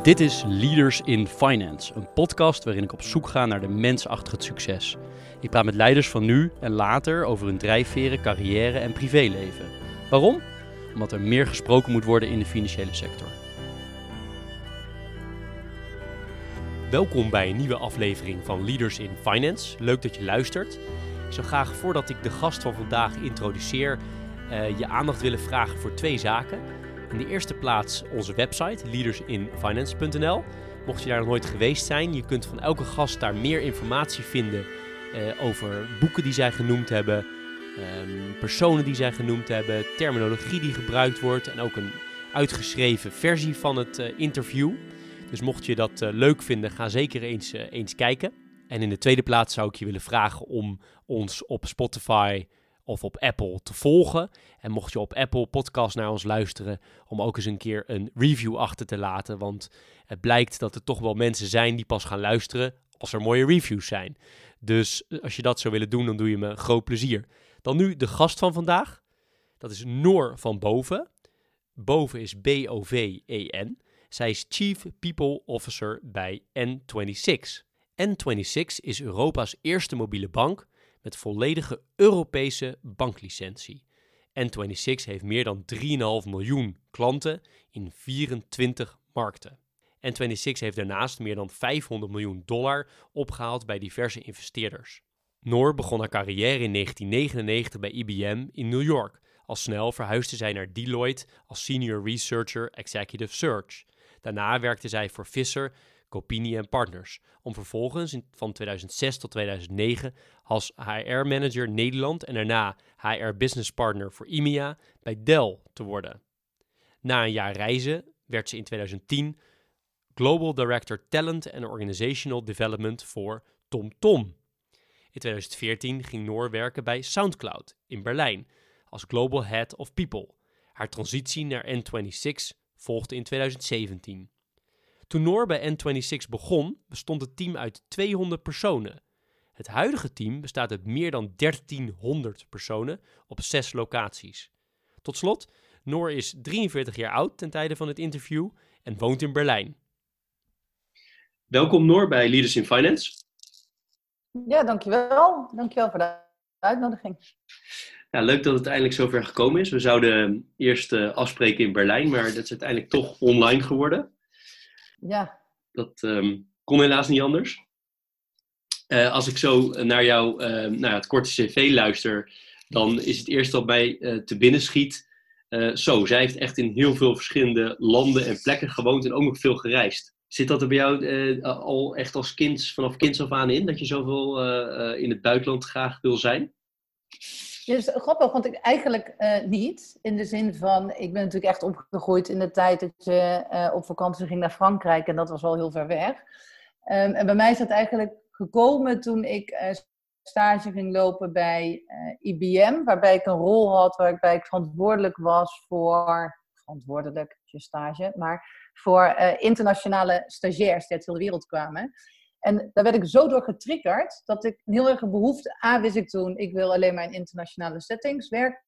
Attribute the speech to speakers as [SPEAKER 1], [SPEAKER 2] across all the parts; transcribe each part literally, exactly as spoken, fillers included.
[SPEAKER 1] Dit is Leaders in Finance, een podcast waarin ik op zoek ga naar de mens achter het succes. Ik praat met leiders van nu en later over hun drijfveren, carrière en privéleven. Waarom? Omdat er meer gesproken moet worden in de financiële sector. Welkom bij een nieuwe aflevering van Leaders in Finance. Leuk dat je luistert. Ik zou graag, voordat ik de gast van vandaag introduceer, uh, je aandacht willen vragen voor twee zaken. In de eerste plaats onze website, leaders in finance punt n l. Mocht je daar nog nooit geweest zijn, je kunt van elke gast daar meer informatie vinden uh, over boeken die zij genoemd hebben, um, personen die zij genoemd hebben, terminologie die gebruikt wordt en ook een uitgeschreven versie van het uh, interview. Dus mocht je dat uh, leuk vinden, ga zeker eens, uh, eens kijken. En in de tweede plaats zou ik je willen vragen om ons op Spotify of op Apple te volgen. En mocht je op Apple Podcast naar ons luisteren, om ook eens een keer een review achter te laten. Want het blijkt dat er toch wel mensen zijn die pas gaan luisteren als er mooie reviews zijn. Dus als je dat zou willen doen, dan doe je me een groot plezier. Dan nu de gast van vandaag. Dat is Noor van Boven. Boven is B O V E N. Zij is Chief People Officer bij N zesentwintig. N zesentwintig is Europa's eerste mobiele bank met volledige Europese banklicentie. N zesentwintig heeft meer dan drie komma vijf miljoen klanten in vierentwintig markten. N zesentwintig heeft daarnaast meer dan vijfhonderd miljoen dollar opgehaald bij diverse investeerders. Noor begon haar carrière in negentien negenennegentig bij I B M in New York. Al snel verhuisde zij naar Deloitte als Senior Researcher Executive Search. Daarna werkte zij voor Visser, Copini en Partners, om vervolgens in, van tweeduizend zes tot tweeduizend negen als H R-manager Nederland en daarna H R Business Partner voor I M E A bij Dell te worden. Na een jaar reizen werd ze in tweeduizend tien Global Director Talent and Organizational Development voor TomTom. In tweeduizend veertien ging Noor werken bij SoundCloud in Berlijn als Global Head of People. Haar transitie naar N zesentwintig volgde in tweeduizend zeventien. Toen Noor bij N zesentwintig begon, bestond het team uit tweehonderd personen. Het huidige team bestaat uit meer dan dertienhonderd personen op zes locaties. Tot slot, Noor is drieënveertig jaar oud ten tijde van het interview en woont in Berlijn. Welkom Noor bij Leaders in Finance.
[SPEAKER 2] Ja, dankjewel. Dankjewel voor de uitnodiging.
[SPEAKER 1] Ja, leuk dat het eindelijk zover gekomen is. We zouden eerst uh, afspreken in Berlijn, maar dat is uiteindelijk toch online geworden.
[SPEAKER 2] Ja.
[SPEAKER 1] Dat um, kon helaas niet anders. Uh, als ik zo naar jouw uh, nou ja, het korte cv luister, dan is het eerst wat mij uh, te binnen schiet. Uh, zo, zij heeft echt in heel veel verschillende landen en plekken gewoond en ook nog veel gereisd. Zit dat er bij jou uh, al echt als kind, vanaf kinds af aan in, dat je zoveel uh, uh, in het buitenland graag wil zijn?
[SPEAKER 2] Ja, dat is grappig, want ik eigenlijk uh, niet. In de zin van, ik ben natuurlijk echt opgegroeid in de tijd dat je uh, op vakantie ging naar Frankrijk. En dat was wel heel ver weg. Um, en bij mij is dat eigenlijk gekomen toen ik uh, stage ging lopen bij uh, I B M. Waarbij ik een rol had waarbij ik verantwoordelijk was voor, verantwoordelijk, je stage, maar voor uh, internationale stagiairs die uit heel de wereld kwamen. En daar werd ik zo door getriggerd, dat ik een heel erg behoefte, A, wist ik toen, ik wil alleen maar in internationale settings werken.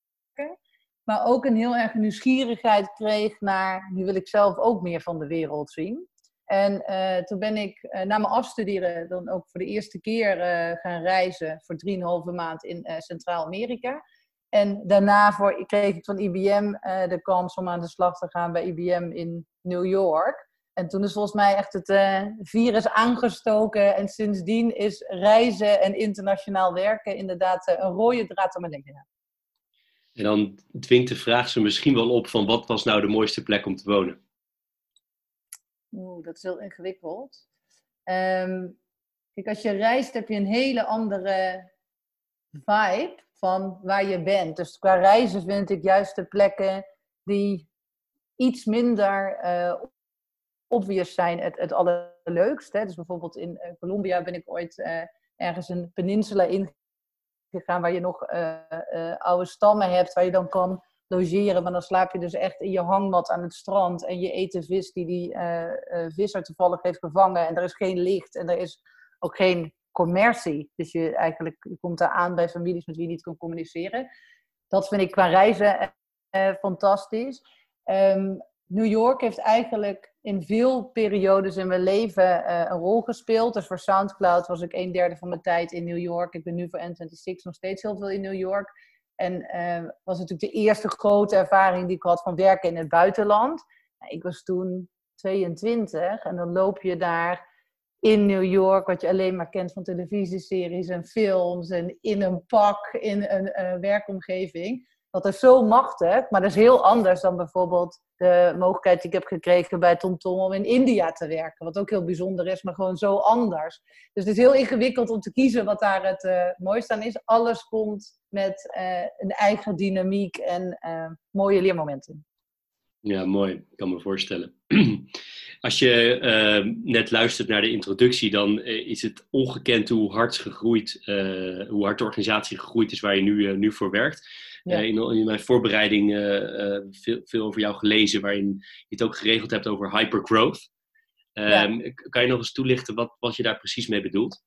[SPEAKER 2] Maar ook een heel erg nieuwsgierigheid kreeg naar, nu wil ik zelf ook meer van de wereld zien. En uh, toen ben ik uh, na mijn afstuderen dan ook voor de eerste keer uh, gaan reizen voor drieënhalve maand in uh, Centraal-Amerika. En daarna voor, kreeg ik van I B M uh, de kans om aan de slag te gaan bij I B M in New York. En toen is volgens mij echt het uh, virus aangestoken. En sindsdien is reizen en internationaal werken inderdaad uh, een rode draad door mijn leven.
[SPEAKER 1] En dan dwingt de vraag ze misschien wel op van wat was nou de mooiste plek om te wonen?
[SPEAKER 2] Oeh, dat is heel ingewikkeld. Um, kijk, als je reist heb je een hele andere vibe van waar je bent. Dus qua reizen vind ik juist de plekken die iets minder uh, obvious zijn het, het allerleukst. Hè? Dus bijvoorbeeld in uh, Colombia ben ik ooit uh, ergens een peninsula ingegaan waar je nog uh, uh, oude stammen hebt waar je dan kan logeren. Maar dan slaap je dus echt in je hangmat aan het strand en je eet de vis die die uh, uh, visser toevallig heeft gevangen. En er is geen licht en er is ook geen commercie. Dus je, eigenlijk, je komt daar aan bij families met wie je niet kan communiceren. Dat vind ik qua reizen uh, fantastisch. Um, New York heeft eigenlijk in veel periodes in mijn leven uh, een rol gespeeld. Dus voor SoundCloud was ik een derde van mijn tijd in New York. Ik ben nu voor N zesentwintig nog steeds heel veel in New York. En uh, was natuurlijk de eerste grote ervaring die ik had van werken in het buitenland. Ik was toen tweeëntwintig en dan loop je daar in New York, wat je alleen maar kent van televisieseries en films, en in een pak, in een uh, werkomgeving. Dat is zo machtig, maar dat is heel anders dan bijvoorbeeld de mogelijkheid die ik heb gekregen bij TomTom om in India te werken. Wat ook heel bijzonder is, maar gewoon zo anders. Dus het is heel ingewikkeld om te kiezen wat daar het uh, mooiste aan is. Alles komt met uh, een eigen dynamiek en uh, mooie leermomenten.
[SPEAKER 1] Ja, mooi. Ik kan me voorstellen. Als je uh, net luistert naar de introductie, dan uh, is het ongekend hoe hard, gegroeid, uh, hoe hard de organisatie gegroeid is waar je nu, uh, nu voor werkt. Ja. Uh, in, in mijn voorbereiding uh, uh, veel, veel over jou gelezen, waarin je het ook geregeld hebt over hypergrowth. Um, ja. Kan je nog eens toelichten wat, wat je daar precies mee bedoelt?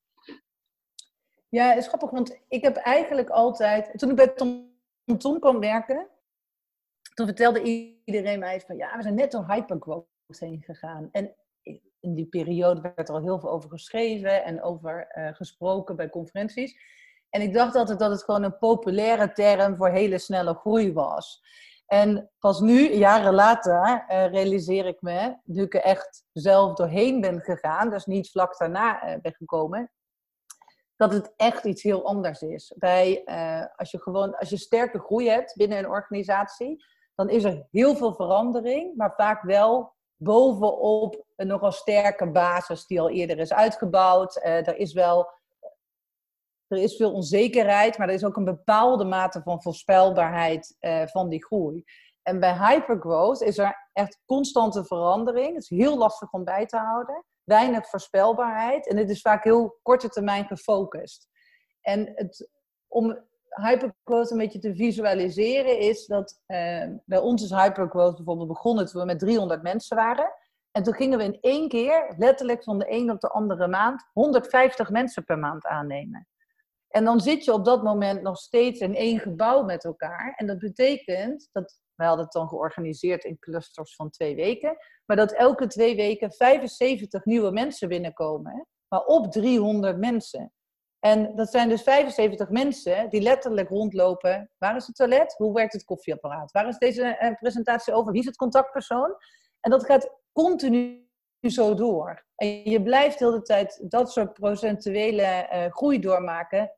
[SPEAKER 2] Ja, het is grappig, want ik heb eigenlijk altijd... Toen ik bij TomTom kwam werken, toen vertelde iedereen mij van, ja, we zijn net door hypergrowth heen gegaan. En in die periode werd er al heel veel over geschreven en over uh, gesproken bij conferenties. En ik dacht altijd dat het gewoon een populaire term voor hele snelle groei was. En pas nu, jaren later, uh, realiseer ik me, nu ik er echt zelf doorheen ben gegaan, dus niet vlak daarna uh, ben gekomen, dat het echt iets heel anders is. Bij, uh, als je gewoon, als je sterke groei hebt binnen een organisatie, dan is er heel veel verandering, maar vaak wel bovenop een nogal sterke basis die al eerder is uitgebouwd. Uh, er is wel, er is veel onzekerheid, maar er is ook een bepaalde mate van voorspelbaarheid uh, van die groei. En bij hypergrowth is er echt constante verandering. Het is heel lastig om bij te houden. Weinig voorspelbaarheid. En het is vaak heel korte termijn gefocust. En het, om hypergrowth een beetje te visualiseren is dat uh, bij ons is hypergrowth bijvoorbeeld begonnen toen we met driehonderd mensen waren. En toen gingen we in één keer, letterlijk van de een op de andere maand, honderdvijftig mensen per maand aannemen. En dan zit je op dat moment nog steeds in één gebouw met elkaar. En dat betekent, dat, we hadden het dan georganiseerd in clusters van twee weken, maar dat elke twee weken vijfenzeventig nieuwe mensen binnenkomen, maar op driehonderd mensen. En dat zijn dus vijfenzeventig mensen die letterlijk rondlopen. Waar is het toilet? Hoe werkt het koffieapparaat? Waar is deze uh, presentatie over? Wie is het contactpersoon? En dat gaat continu zo door. En je blijft de hele tijd dat soort procentuele uh, groei doormaken.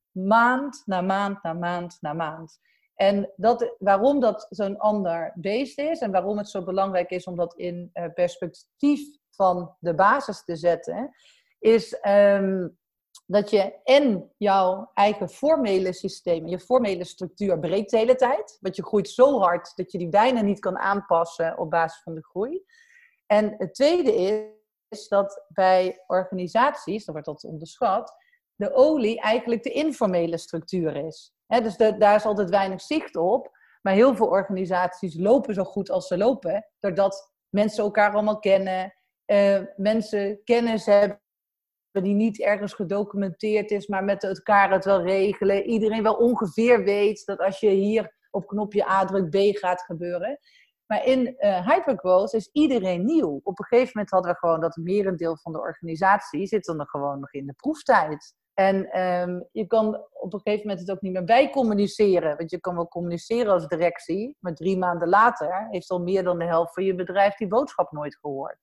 [SPEAKER 2] Maand na maand na maand na maand. En dat, waarom dat zo'n ander beest is en waarom het zo belangrijk is om dat in uh, perspectief van de basis te zetten, is um, dat je en jouw eigen formele systeem, je formele structuur breekt de hele tijd. Want je groeit zo hard dat je die bijna niet kan aanpassen op basis van de groei. En het tweede is dat bij organisaties, dan wordt dat onderschat, de olie eigenlijk de informele structuur is. He, dus de, daar is altijd weinig zicht op. Maar heel veel organisaties lopen zo goed als ze lopen, doordat mensen elkaar allemaal kennen, uh, mensen kennis hebben die niet ergens gedocumenteerd is, maar met elkaar het wel regelen. Iedereen wel ongeveer weet dat als je hier op knopje A drukt, B gaat gebeuren. Maar in uh, hypergrowth is iedereen nieuw. Op een gegeven moment hadden we gewoon dat merendeel van de organisatie zit dan gewoon nog in de proeftijd. En um, je kan op een gegeven moment het ook niet meer bijcommuniceren. Want je kan wel communiceren als directie, maar drie maanden later heeft al meer dan de helft van je bedrijf die boodschap nooit gehoord.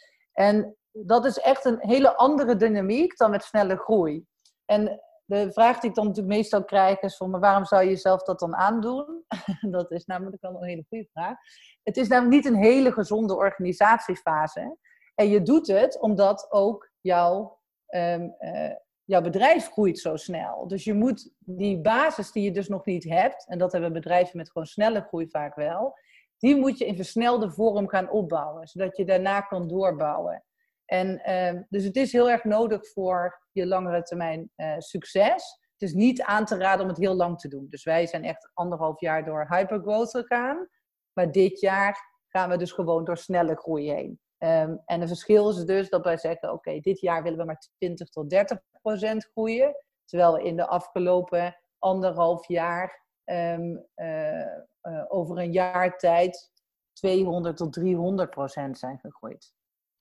[SPEAKER 2] En dat is echt een hele andere dynamiek dan met snelle groei. En de vraag die ik dan natuurlijk meestal krijg is van, maar waarom zou je jezelf dat dan aandoen? Dat is namelijk wel een hele goede vraag. Het is namelijk niet een hele gezonde organisatiefase. En je doet het omdat ook jouw, um, uh, jouw bedrijf groeit zo snel. Dus je moet die basis die je dus nog niet hebt, en dat hebben bedrijven met gewoon snelle groei vaak wel, die moet je in versnelde vorm gaan opbouwen, zodat je daarna kan doorbouwen. En uh, dus het is heel erg nodig voor je langere termijn uh, succes. Het is niet aan te raden om het heel lang te doen. Dus wij zijn echt anderhalf jaar door hypergrowth gegaan. Maar dit jaar gaan we dus gewoon door snelle groei heen. Um, en het verschil is dus dat wij zeggen, oké, okay, dit jaar willen we maar twintig tot dertig procent groeien. Terwijl we in de afgelopen anderhalf jaar um, uh, uh, over een jaar tijd tweehonderd tot driehonderd procent zijn gegroeid.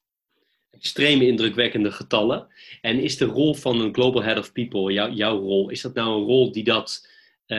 [SPEAKER 1] Extreem indrukwekkende getallen. En is de rol van een Global Head of People, jou, jouw rol, is dat nou een rol die dat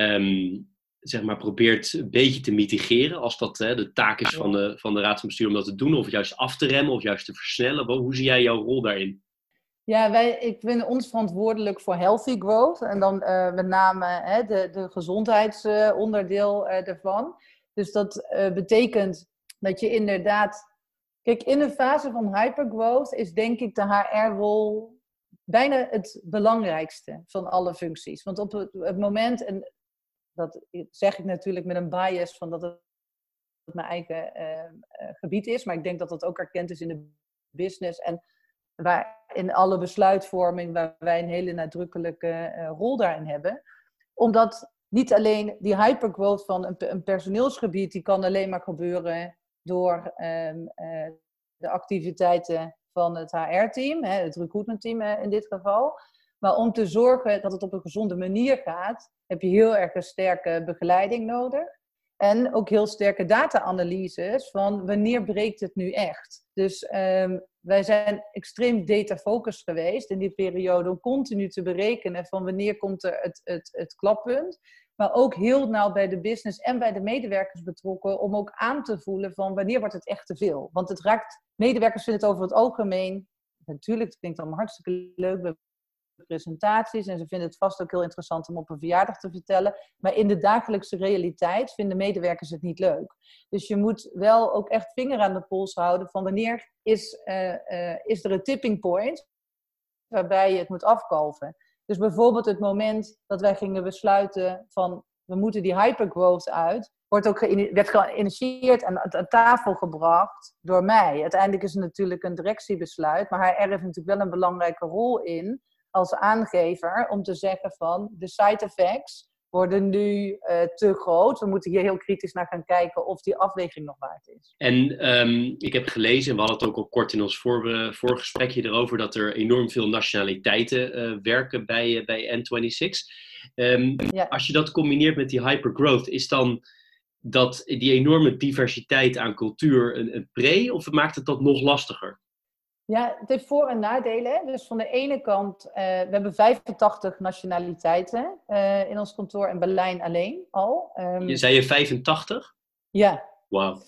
[SPEAKER 1] um, zeg maar probeert een beetje te mitigeren, als dat hè, de taak is van de, van de Raad van Bestuur om dat te doen, of juist af te remmen, of juist te versnellen? Hoe zie jij jouw rol daarin?
[SPEAKER 2] Ja, wij, ik vind ons verantwoordelijk voor healthy growth. En dan uh, met name hè, de, de gezondheidsonderdeel uh, ervan. Dus dat uh, betekent dat je inderdaad... Kijk, in een fase van hypergrowth is denk ik de H R-rol bijna het belangrijkste van alle functies. Want op het, het moment, en dat zeg ik natuurlijk met een bias van dat het mijn eigen uh, uh, gebied is, maar ik denk dat dat ook erkend is in de business en waar in alle besluitvorming waar wij een hele nadrukkelijke uh, rol daarin hebben. Omdat niet alleen die hypergrowth van een, een personeelsgebied, die kan alleen maar gebeuren door um, uh, de activiteiten van het H R-team, hè, het recruitment-team uh, in dit geval. Maar om te zorgen dat het op een gezonde manier gaat, heb je heel erg een sterke begeleiding nodig. En ook heel sterke data-analyses van wanneer breekt het nu echt. Dus um, wij zijn extreem data-focused geweest in die periode om continu te berekenen van wanneer komt er het, het, het klappunt. Maar ook heel nauw bij de business en bij de medewerkers betrokken om ook aan te voelen van wanneer wordt het echt te veel. Want het raakt, medewerkers vinden het over het algemeen, natuurlijk, het klinkt allemaal hartstikke leuk bij presentaties en ze vinden het vast ook heel interessant om op een verjaardag te vertellen. Maar in de dagelijkse realiteit vinden medewerkers het niet leuk. Dus je moet wel ook echt vinger aan de pols houden van wanneer is, uh, uh, is er een tipping point waarbij je het moet afkalven. Dus bijvoorbeeld het moment dat wij gingen besluiten van we moeten die hypergrowth uit, wordt ook ge- werd geïnitieerd en aan tafel gebracht door mij. Uiteindelijk is het natuurlijk een directiebesluit, maar H R heeft natuurlijk wel een belangrijke rol in als aangever om te zeggen van de side effects worden nu uh, te groot. We moeten hier heel kritisch naar gaan kijken of die afweging nog waard is.
[SPEAKER 1] En um, ik heb gelezen, en we hadden het ook al kort in ons voor, uh, voorgesprekje erover, dat er enorm veel nationaliteiten uh, werken bij, uh, bij N zesentwintig. Um, ja. Als je dat combineert met die hypergrowth, is dan dat die enorme diversiteit aan cultuur een, een pre, of maakt het dat nog lastiger?
[SPEAKER 2] Ja, het heeft voor- en nadelen. Hè? Dus van de ene kant, uh, we hebben vijfentachtig nationaliteiten uh, in ons kantoor in Berlijn alleen al. Um,
[SPEAKER 1] je zei je vijfentachtig?
[SPEAKER 2] Ja.
[SPEAKER 1] Wauw.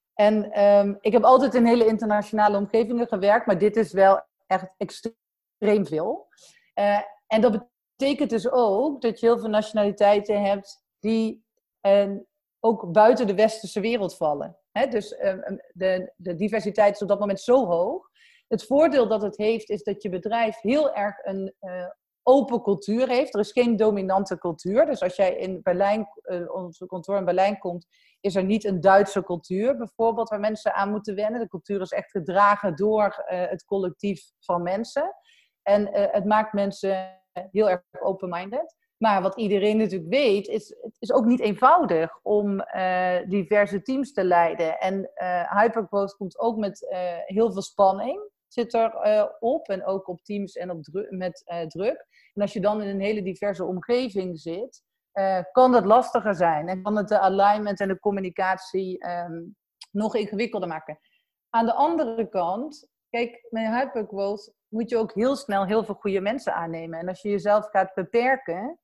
[SPEAKER 2] En um, ik heb altijd in hele internationale omgevingen gewerkt, maar dit is wel echt extreem veel. Uh, en dat betekent dus ook dat je heel veel nationaliteiten hebt die uh, ook buiten de westerse wereld vallen. Hè? Dus um, de, de diversiteit is op dat moment zo hoog. Het voordeel dat het heeft, is dat je bedrijf heel erg een uh, open cultuur heeft. Er is geen dominante cultuur. Dus als jij in Berlijn, uh, ons kantoor in Berlijn komt, is er niet een Duitse cultuur, bijvoorbeeld, waar mensen aan moeten wennen. De cultuur is echt gedragen door uh, het collectief van mensen. En uh, het maakt mensen heel erg open-minded. Maar wat iedereen natuurlijk weet, is het is ook niet eenvoudig om uh, diverse teams te leiden. En uh, hypergrowth komt ook met uh, heel veel spanning. Zit er uh, op en ook op teams en op dru- met uh, druk. En als je dan in een hele diverse omgeving zit, uh, kan dat lastiger zijn. En kan het de alignment en de communicatie um, nog ingewikkelder maken. Aan de andere kant, kijk, met hypergrowth moet je ook heel snel heel veel goede mensen aannemen. En als je jezelf gaat beperken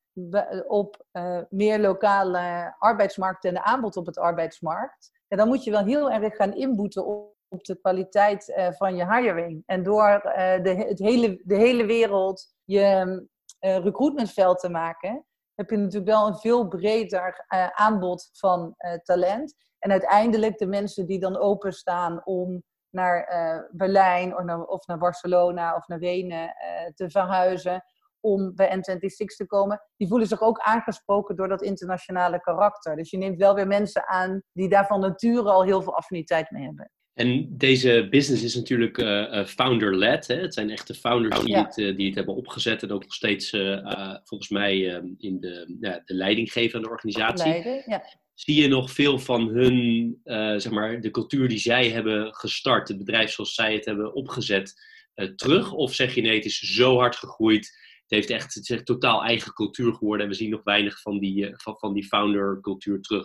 [SPEAKER 2] op uh, meer lokale arbeidsmarkten en de aanbod op het arbeidsmarkt, ja, dan moet je wel heel erg gaan inboeten op op de kwaliteit uh, van je hiring. En door uh, de, het hele, de hele wereld je uh, recruitmentveld te maken, heb je natuurlijk wel een veel breder uh, aanbod van uh, talent. En uiteindelijk de mensen die dan openstaan om naar uh, Berlijn of naar, of naar Barcelona of naar Wenen uh, te verhuizen, om bij N zesentwintig te komen, die voelen zich ook aangesproken door dat internationale karakter. Dus je neemt wel weer mensen aan die daar van nature al heel veel affiniteit mee hebben.
[SPEAKER 1] En deze business is natuurlijk uh, founder-led. Hè? Het zijn echte founders die, ja. het, uh, die het hebben opgezet en ook nog steeds uh, uh, volgens mij uh, in de, uh, de leiding geven aan de organisatie.
[SPEAKER 2] Leiden, ja.
[SPEAKER 1] Zie je nog veel van hun, uh, zeg maar, de cultuur die zij hebben gestart, het bedrijf zoals zij het hebben opgezet, uh, terug? Of zeg je nee, het is zo hard gegroeid, het, heeft echt, het is echt totaal eigen cultuur geworden en we zien nog weinig van die, uh, van, van die founder-cultuur terug?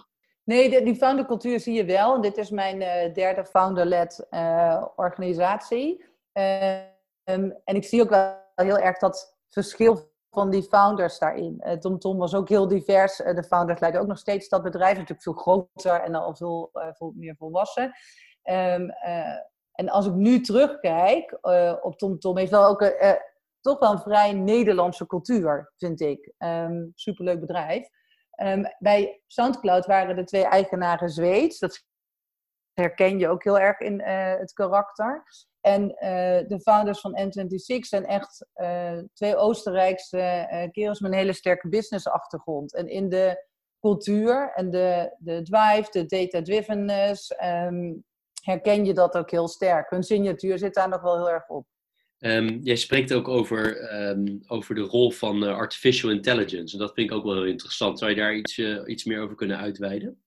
[SPEAKER 2] Nee, de, die foundercultuur zie je wel. Dit is mijn uh, derde founder-led uh, organisatie. Uh, um, en ik zie ook wel heel erg dat verschil van die founders daarin. Uh, TomTom was ook heel divers. Uh, de founders leiden ook nog steeds dat bedrijf. Natuurlijk veel groter en al veel, uh, veel meer volwassen. Um, uh, en als ik nu terugkijk uh, op TomTom, heeft wel ook een, uh, toch wel een vrij Nederlandse cultuur, vind ik. Um, superleuk bedrijf. Um, bij Soundcloud waren de twee eigenaren Zweeds. Dat herken je ook heel erg in uh, het karakter. En uh, de founders van N zesentwintig zijn echt uh, twee Oostenrijkse uh, kerels met een hele sterke business-achtergrond. En in de cultuur en de, de drive, de data-drivenness, um, herken je dat ook heel sterk. Hun signatuur zit daar nog wel heel erg op.
[SPEAKER 1] Um, jij spreekt ook over, um, over de rol van uh, artificial intelligence. En dat vind ik ook wel heel interessant. Zou je daar iets, uh, iets meer over kunnen uitweiden?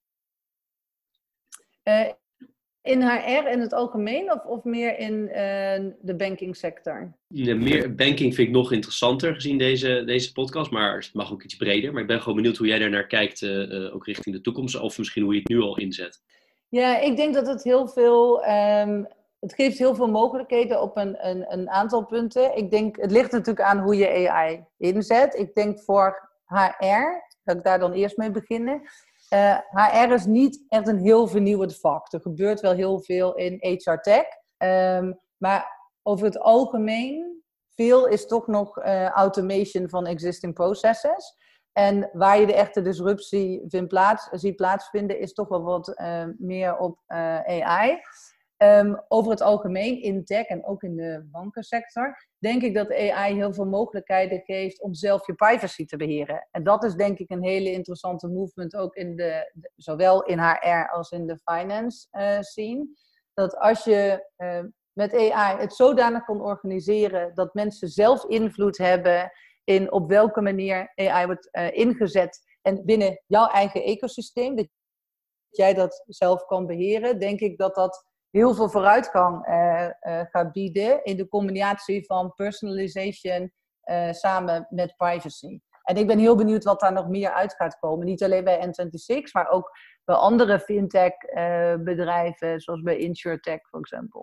[SPEAKER 2] Uh, in H R in het algemeen of, of meer in uh, de bankingsector?
[SPEAKER 1] Ja, meer banking vind ik nog interessanter gezien deze, deze podcast. Maar het mag ook iets breder. Maar ik ben gewoon benieuwd hoe jij daar naar kijkt, uh, uh, ook richting de toekomst. Of misschien hoe je het nu al inzet.
[SPEAKER 2] Ja, ik denk dat het heel veel... Um, Het geeft heel veel mogelijkheden op een, een, een aantal punten. Ik denk, het ligt natuurlijk aan hoe je A I inzet. Ik denk voor H R, dat ik daar dan eerst mee beginnen. Uh, H R is niet echt een heel vernieuwend vak. Er gebeurt wel heel veel in H R tech. Um, maar over het algemeen, veel is toch nog uh, automation van existing processes. En waar je de echte disruptie vindt plaats, ziet plaatsvinden, is toch wel wat uh, meer op uh, A I. Um, over het algemeen in tech en ook in de bankensector denk ik dat A I heel veel mogelijkheden geeft om zelf je privacy te beheren. En dat is denk ik een hele interessante movement ook in de, de zowel in H R als in de finance uh, scene. Dat als je uh, met A I het zodanig kan organiseren dat mensen zelf invloed hebben in op welke manier A I wordt uh, ingezet en binnen jouw eigen ecosysteem, dat jij dat zelf kan beheren, denk ik dat dat heel veel vooruitgang uh, uh, gaat bieden in de combinatie van personalization uh, samen met privacy. En ik ben heel benieuwd wat daar nog meer uit gaat komen. Niet alleen bij N zesentwintig, maar ook bij andere fintech uh, bedrijven, zoals bij InsurTech, voor example.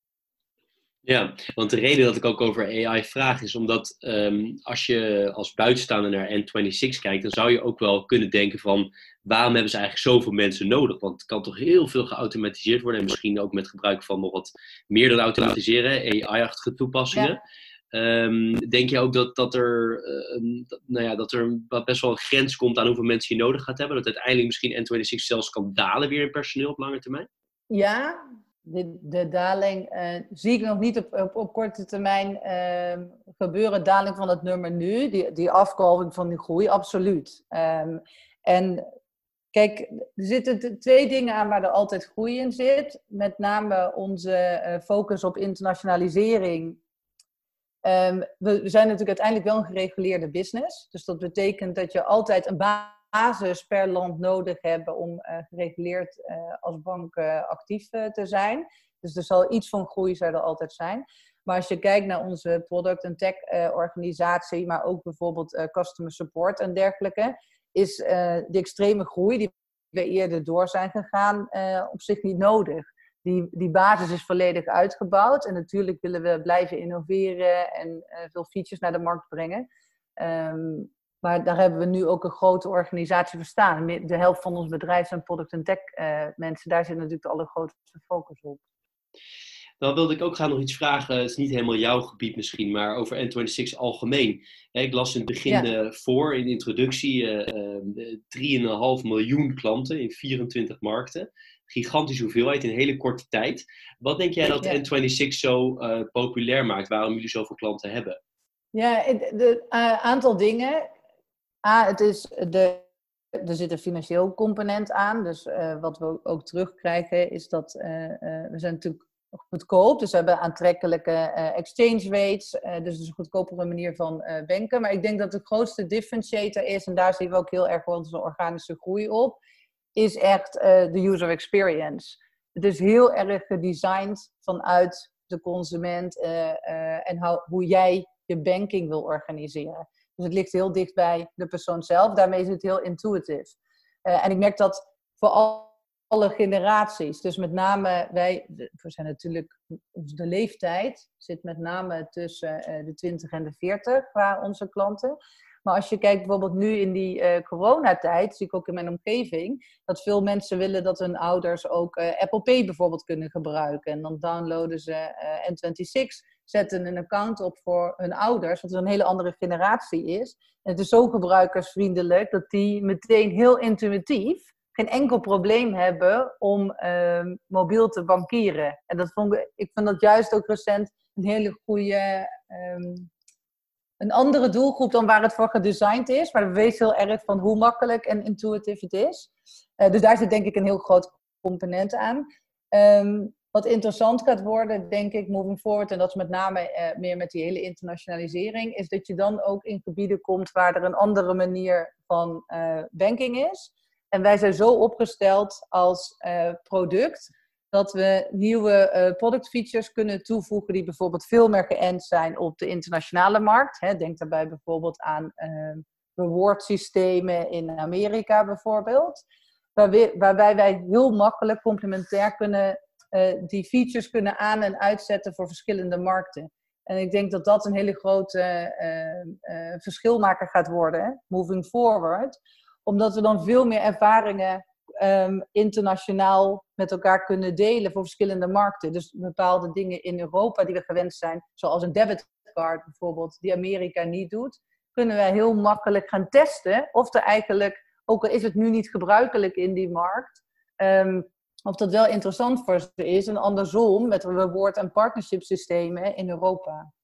[SPEAKER 1] Ja, want de reden dat ik ook over A I vraag is omdat um, als je als buitenstaander naar N zesentwintig kijkt, dan zou je ook wel kunnen denken van waarom hebben ze eigenlijk zoveel mensen nodig? Want het kan toch heel veel geautomatiseerd worden en misschien ook met gebruik van nog wat meer dan automatiseren, A I-achtige toepassingen. Ja. Um, denk je ook dat, dat, er, uh, dat, nou ja, dat er best wel een grens komt aan hoeveel mensen je nodig gaat hebben? Dat uiteindelijk misschien N zesentwintig zelfs kan dalen weer in personeel op lange termijn?
[SPEAKER 2] Ja, de, de daling uh, zie ik nog niet op, op, op korte termijn uh, gebeuren. Daling van het nummer nu, die, die afkalving van die groei, absoluut. Um, en kijk, er zitten twee dingen aan waar er altijd groei in zit. Met name onze uh, focus op internationalisering. Um, we zijn natuurlijk uiteindelijk wel een gereguleerde business. Dus dat betekent dat je altijd een basis per land nodig hebt om uh, gereguleerd uh, als bank uh, actief uh, te zijn. Dus er zal iets van groei zal er altijd zijn. Maar als je kijkt naar onze product- en tech-organisatie, uh, maar ook bijvoorbeeld uh, customer support en dergelijke, is uh, de extreme groei die we eerder door zijn gegaan uh, op zich niet nodig. Die, die basis is volledig uitgebouwd. En natuurlijk willen we blijven innoveren en uh, veel features naar de markt brengen. Um, maar daar hebben we nu ook een grote organisatie voor staan. De helft van ons bedrijf zijn product- en tech uh, mensen. Daar zit natuurlijk de allergrootste focus op.
[SPEAKER 1] Dan wilde ik ook graag nog iets vragen. Het is niet helemaal jouw gebied misschien, maar over N zesentwintig algemeen. Ik las in het begin ja. uh, voor, in de introductie, uh, uh, drie komma vijf miljoen klanten in vierentwintig markten. Gigantische hoeveelheid in een hele korte tijd. Wat denk jij dat ja. N zesentwintig zo uh, populair maakt? Waarom jullie zoveel klanten hebben?
[SPEAKER 2] Ja, het de, uh, aantal dingen. A, het is de, er zit een financieel component aan. Dus uh, wat we ook terugkrijgen is dat uh, uh, we zijn natuurlijk goedkoop. Dus we hebben aantrekkelijke uh, exchange rates. Uh, dus het is een goedkopere manier van uh, banken. Maar ik denk dat de grootste differentiator is, en daar zien we ook heel erg onze organische groei op, is echt uh, de user experience. Het is heel erg gedesigned vanuit de consument uh, uh, en how, hoe jij je banking wil organiseren. Dus het ligt heel dicht bij de persoon zelf. Daarmee is het heel intuïtief. Uh, en ik merk dat voor al, alle generaties. Dus met name, wij, we zijn natuurlijk, de leeftijd zit met name tussen uh, de twintig en de veertig qua onze klanten. Maar als je kijkt bijvoorbeeld nu in die uh, coronatijd, zie ik ook in mijn omgeving, dat veel mensen willen dat hun ouders ook uh, Apple Pay bijvoorbeeld kunnen gebruiken. En dan downloaden ze uh, N zesentwintig, zetten een account op voor hun ouders, wat een hele andere generatie is. En het is zo gebruikersvriendelijk dat die meteen heel intuïtief geen enkel probleem hebben om uh, mobiel te bankieren. En dat vond ik, ik vind dat juist ook recent een hele goede... Um, een andere doelgroep dan waar het voor gedesigned is. Maar we weten heel erg van hoe makkelijk en intuïtief het is. Uh, dus daar zit denk ik een heel groot component aan. Um, wat interessant gaat worden, denk ik, moving forward, en dat is met name uh, meer met die hele internationalisering, is dat je dan ook in gebieden komt waar er een andere manier van uh, banking is. En wij zijn zo opgesteld als uh, product dat we nieuwe uh, product features kunnen toevoegen die bijvoorbeeld veel meer geënt zijn op de internationale markt. Hè, denk daarbij bijvoorbeeld aan uh, rewardsystemen in Amerika bijvoorbeeld. Waarbij, waarbij wij heel makkelijk complementair kunnen uh, die features kunnen aan- en uitzetten voor verschillende markten. En ik denk dat dat een hele grote uh, uh, verschilmaker gaat worden, hè, moving forward. Omdat we dan veel meer ervaringen Um, internationaal met elkaar kunnen delen voor verschillende markten. Dus bepaalde dingen in Europa die we gewend zijn, zoals een debitcard bijvoorbeeld, die Amerika niet doet, kunnen wij heel makkelijk gaan testen of er eigenlijk, ook al is het nu niet gebruikelijk in die markt, um, of dat wel interessant voor ze is. En andersom met reward- en partnership systemen in Europa.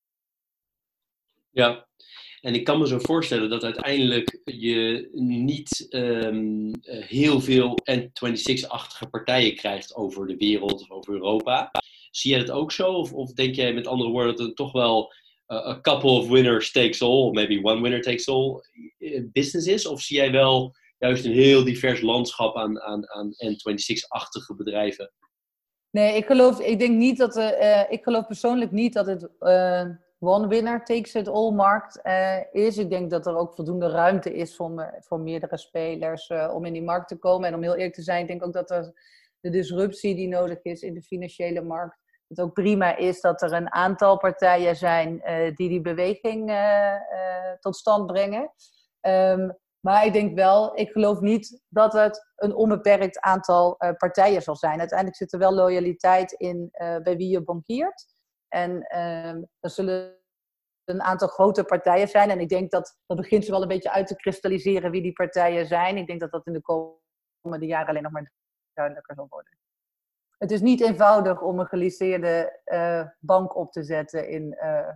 [SPEAKER 1] Ja, en ik kan me zo voorstellen dat uiteindelijk je niet um, heel veel N zesentwintig-achtige partijen krijgt over de wereld of over Europa. Zie jij dat ook zo? Of, of denk jij met andere woorden dat het toch wel uh, a couple of winners takes all, of maybe one winner takes all business is? Of zie jij wel juist een heel divers landschap aan, aan, aan N zesentwintig-achtige bedrijven?
[SPEAKER 2] Nee, ik geloof, ik denk niet dat er, uh, ik geloof persoonlijk niet dat het uh, one winner takes it all markt uh, is. Ik denk dat er ook voldoende ruimte is voor, me, voor meerdere spelers uh, om in die markt te komen. En om heel eerlijk te zijn, ik denk ook dat er de disruptie die nodig is in de financiële markt, het ook prima is dat er een aantal partijen zijn uh, die die beweging uh, uh, tot stand brengen. Um, Maar ik denk wel, ik geloof niet dat het een onbeperkt aantal uh, partijen zal zijn. Uiteindelijk zit er wel loyaliteit in uh, bij wie je bankiert. En uh, er zullen een aantal grote partijen zijn. En ik denk dat dat begint ze wel een beetje uit te kristalliseren wie die partijen zijn. Ik denk dat dat in de komende jaren alleen nog maar duidelijker zal worden. Het is niet eenvoudig om een gelisteerde uh, bank op te zetten in uh,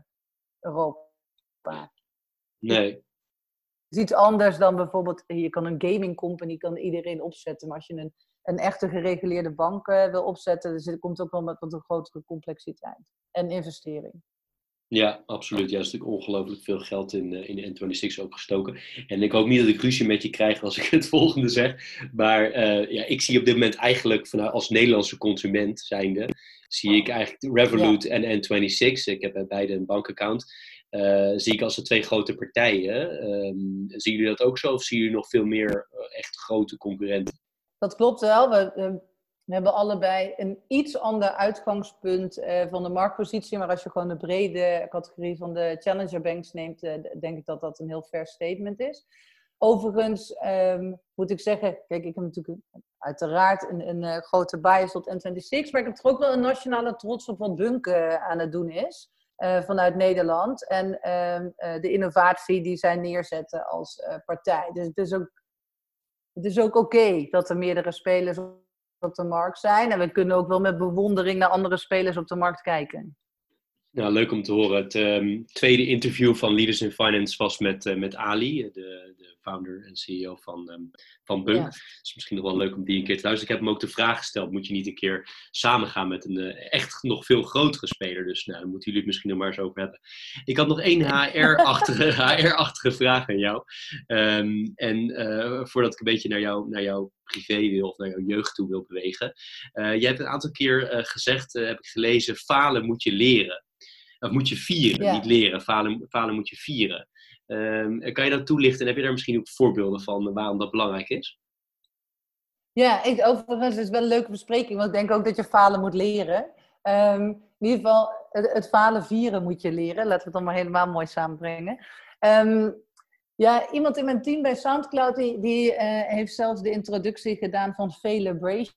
[SPEAKER 2] Europa.
[SPEAKER 1] Nee.
[SPEAKER 2] Het is iets anders dan bijvoorbeeld, je kan een gaming company, kan iedereen opzetten. Maar als je een, een echte gereguleerde bank uh, wil opzetten, dus er komt ook wel met wat een grotere complexiteit en investering.
[SPEAKER 1] Ja, absoluut. Ja, er is natuurlijk ongelooflijk veel geld in, uh, in de N zesentwintig ook gestoken. En ik hoop niet dat ik ruzie met je krijg als ik het volgende zeg. Maar uh, ja, ik zie op dit moment eigenlijk vanuit, als Nederlandse consument zijnde, zie ik eigenlijk Revolut ja. en N zesentwintig. Ik heb bij beide een bankaccount. Uh, zie ik als de twee grote partijen. Um, zien jullie dat ook zo? Of zien jullie nog veel meer uh, echt grote concurrenten?
[SPEAKER 2] Dat klopt wel. We, uh, we hebben allebei een iets ander uitgangspunt uh, van de marktpositie. Maar als je gewoon de brede categorie van de challenger banks neemt, uh, denk ik dat dat een heel fair statement is. Overigens um, moet ik zeggen, kijk, ik heb natuurlijk uiteraard een, een uh, grote bias tot N zesentwintig. Maar ik heb toch ook wel een nationale trots op wat Bunk uh, aan het doen is. Uh, vanuit Nederland en uh, uh, de innovatie die zij neerzetten als uh, partij. Dus het is ook, het is ook oké okay dat er meerdere spelers op de markt zijn. En we kunnen ook wel met bewondering naar andere spelers op de markt kijken.
[SPEAKER 1] Nou, leuk om te horen. Het um, tweede interview van Leaders in Finance was met, uh, met Ali, de, de founder en C E O van, um, van Bunk. Het ja. is misschien nog wel leuk om die een keer te luisteren. Ik heb hem ook de vraag gesteld, moet je niet een keer samengaan met een uh, echt nog veel grotere speler? Dus nou, daar moeten jullie het misschien nog maar eens over hebben. Ik had nog één H R-achtige, H R-achtige vraag aan jou. Um, en uh, voordat ik een beetje naar, jou, naar jouw privé wil of naar jouw jeugd toe wil bewegen. Uh, jij hebt een aantal keer uh, gezegd, uh, heb ik gelezen, falen moet je leren. Of moet je vieren, ja. niet leren. Falen, falen moet je vieren. Um, kan je dat toelichten en heb je daar misschien ook voorbeelden van waarom dat belangrijk is?
[SPEAKER 2] Ja, ik, overigens is het wel een leuke bespreking, want ik denk ook dat je falen moet leren. Um, in ieder geval, het, het falen vieren moet je leren. Laten we het dan maar helemaal mooi samenbrengen. Um, ja, iemand in mijn team bij SoundCloud, die, die uh, heeft zelfs de introductie gedaan van Failabrations,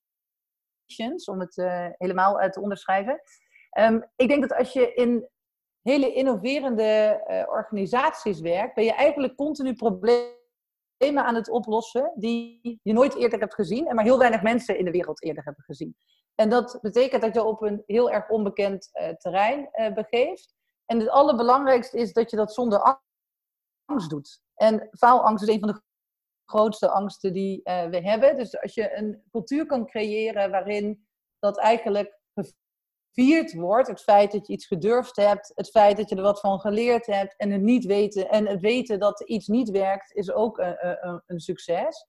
[SPEAKER 2] om het uh, helemaal uh, te onderschrijven. Um, ik denk dat als je in hele innoverende uh, organisaties werkt, ben je eigenlijk continu problemen aan het oplossen die je nooit eerder hebt gezien en maar heel weinig mensen in de wereld eerder hebben gezien. En dat betekent dat je op een heel erg onbekend uh, terrein uh, begeeft. En het allerbelangrijkste is dat je dat zonder angst doet. En faalangst is een van de grootste angsten die uh, we hebben. Dus als je een cultuur kan creëren waarin dat eigenlijk gevierd wordt, het feit dat je iets gedurfd hebt, het feit dat je er wat van geleerd hebt en het niet weten en het weten dat iets niet werkt, is ook een, een, een succes.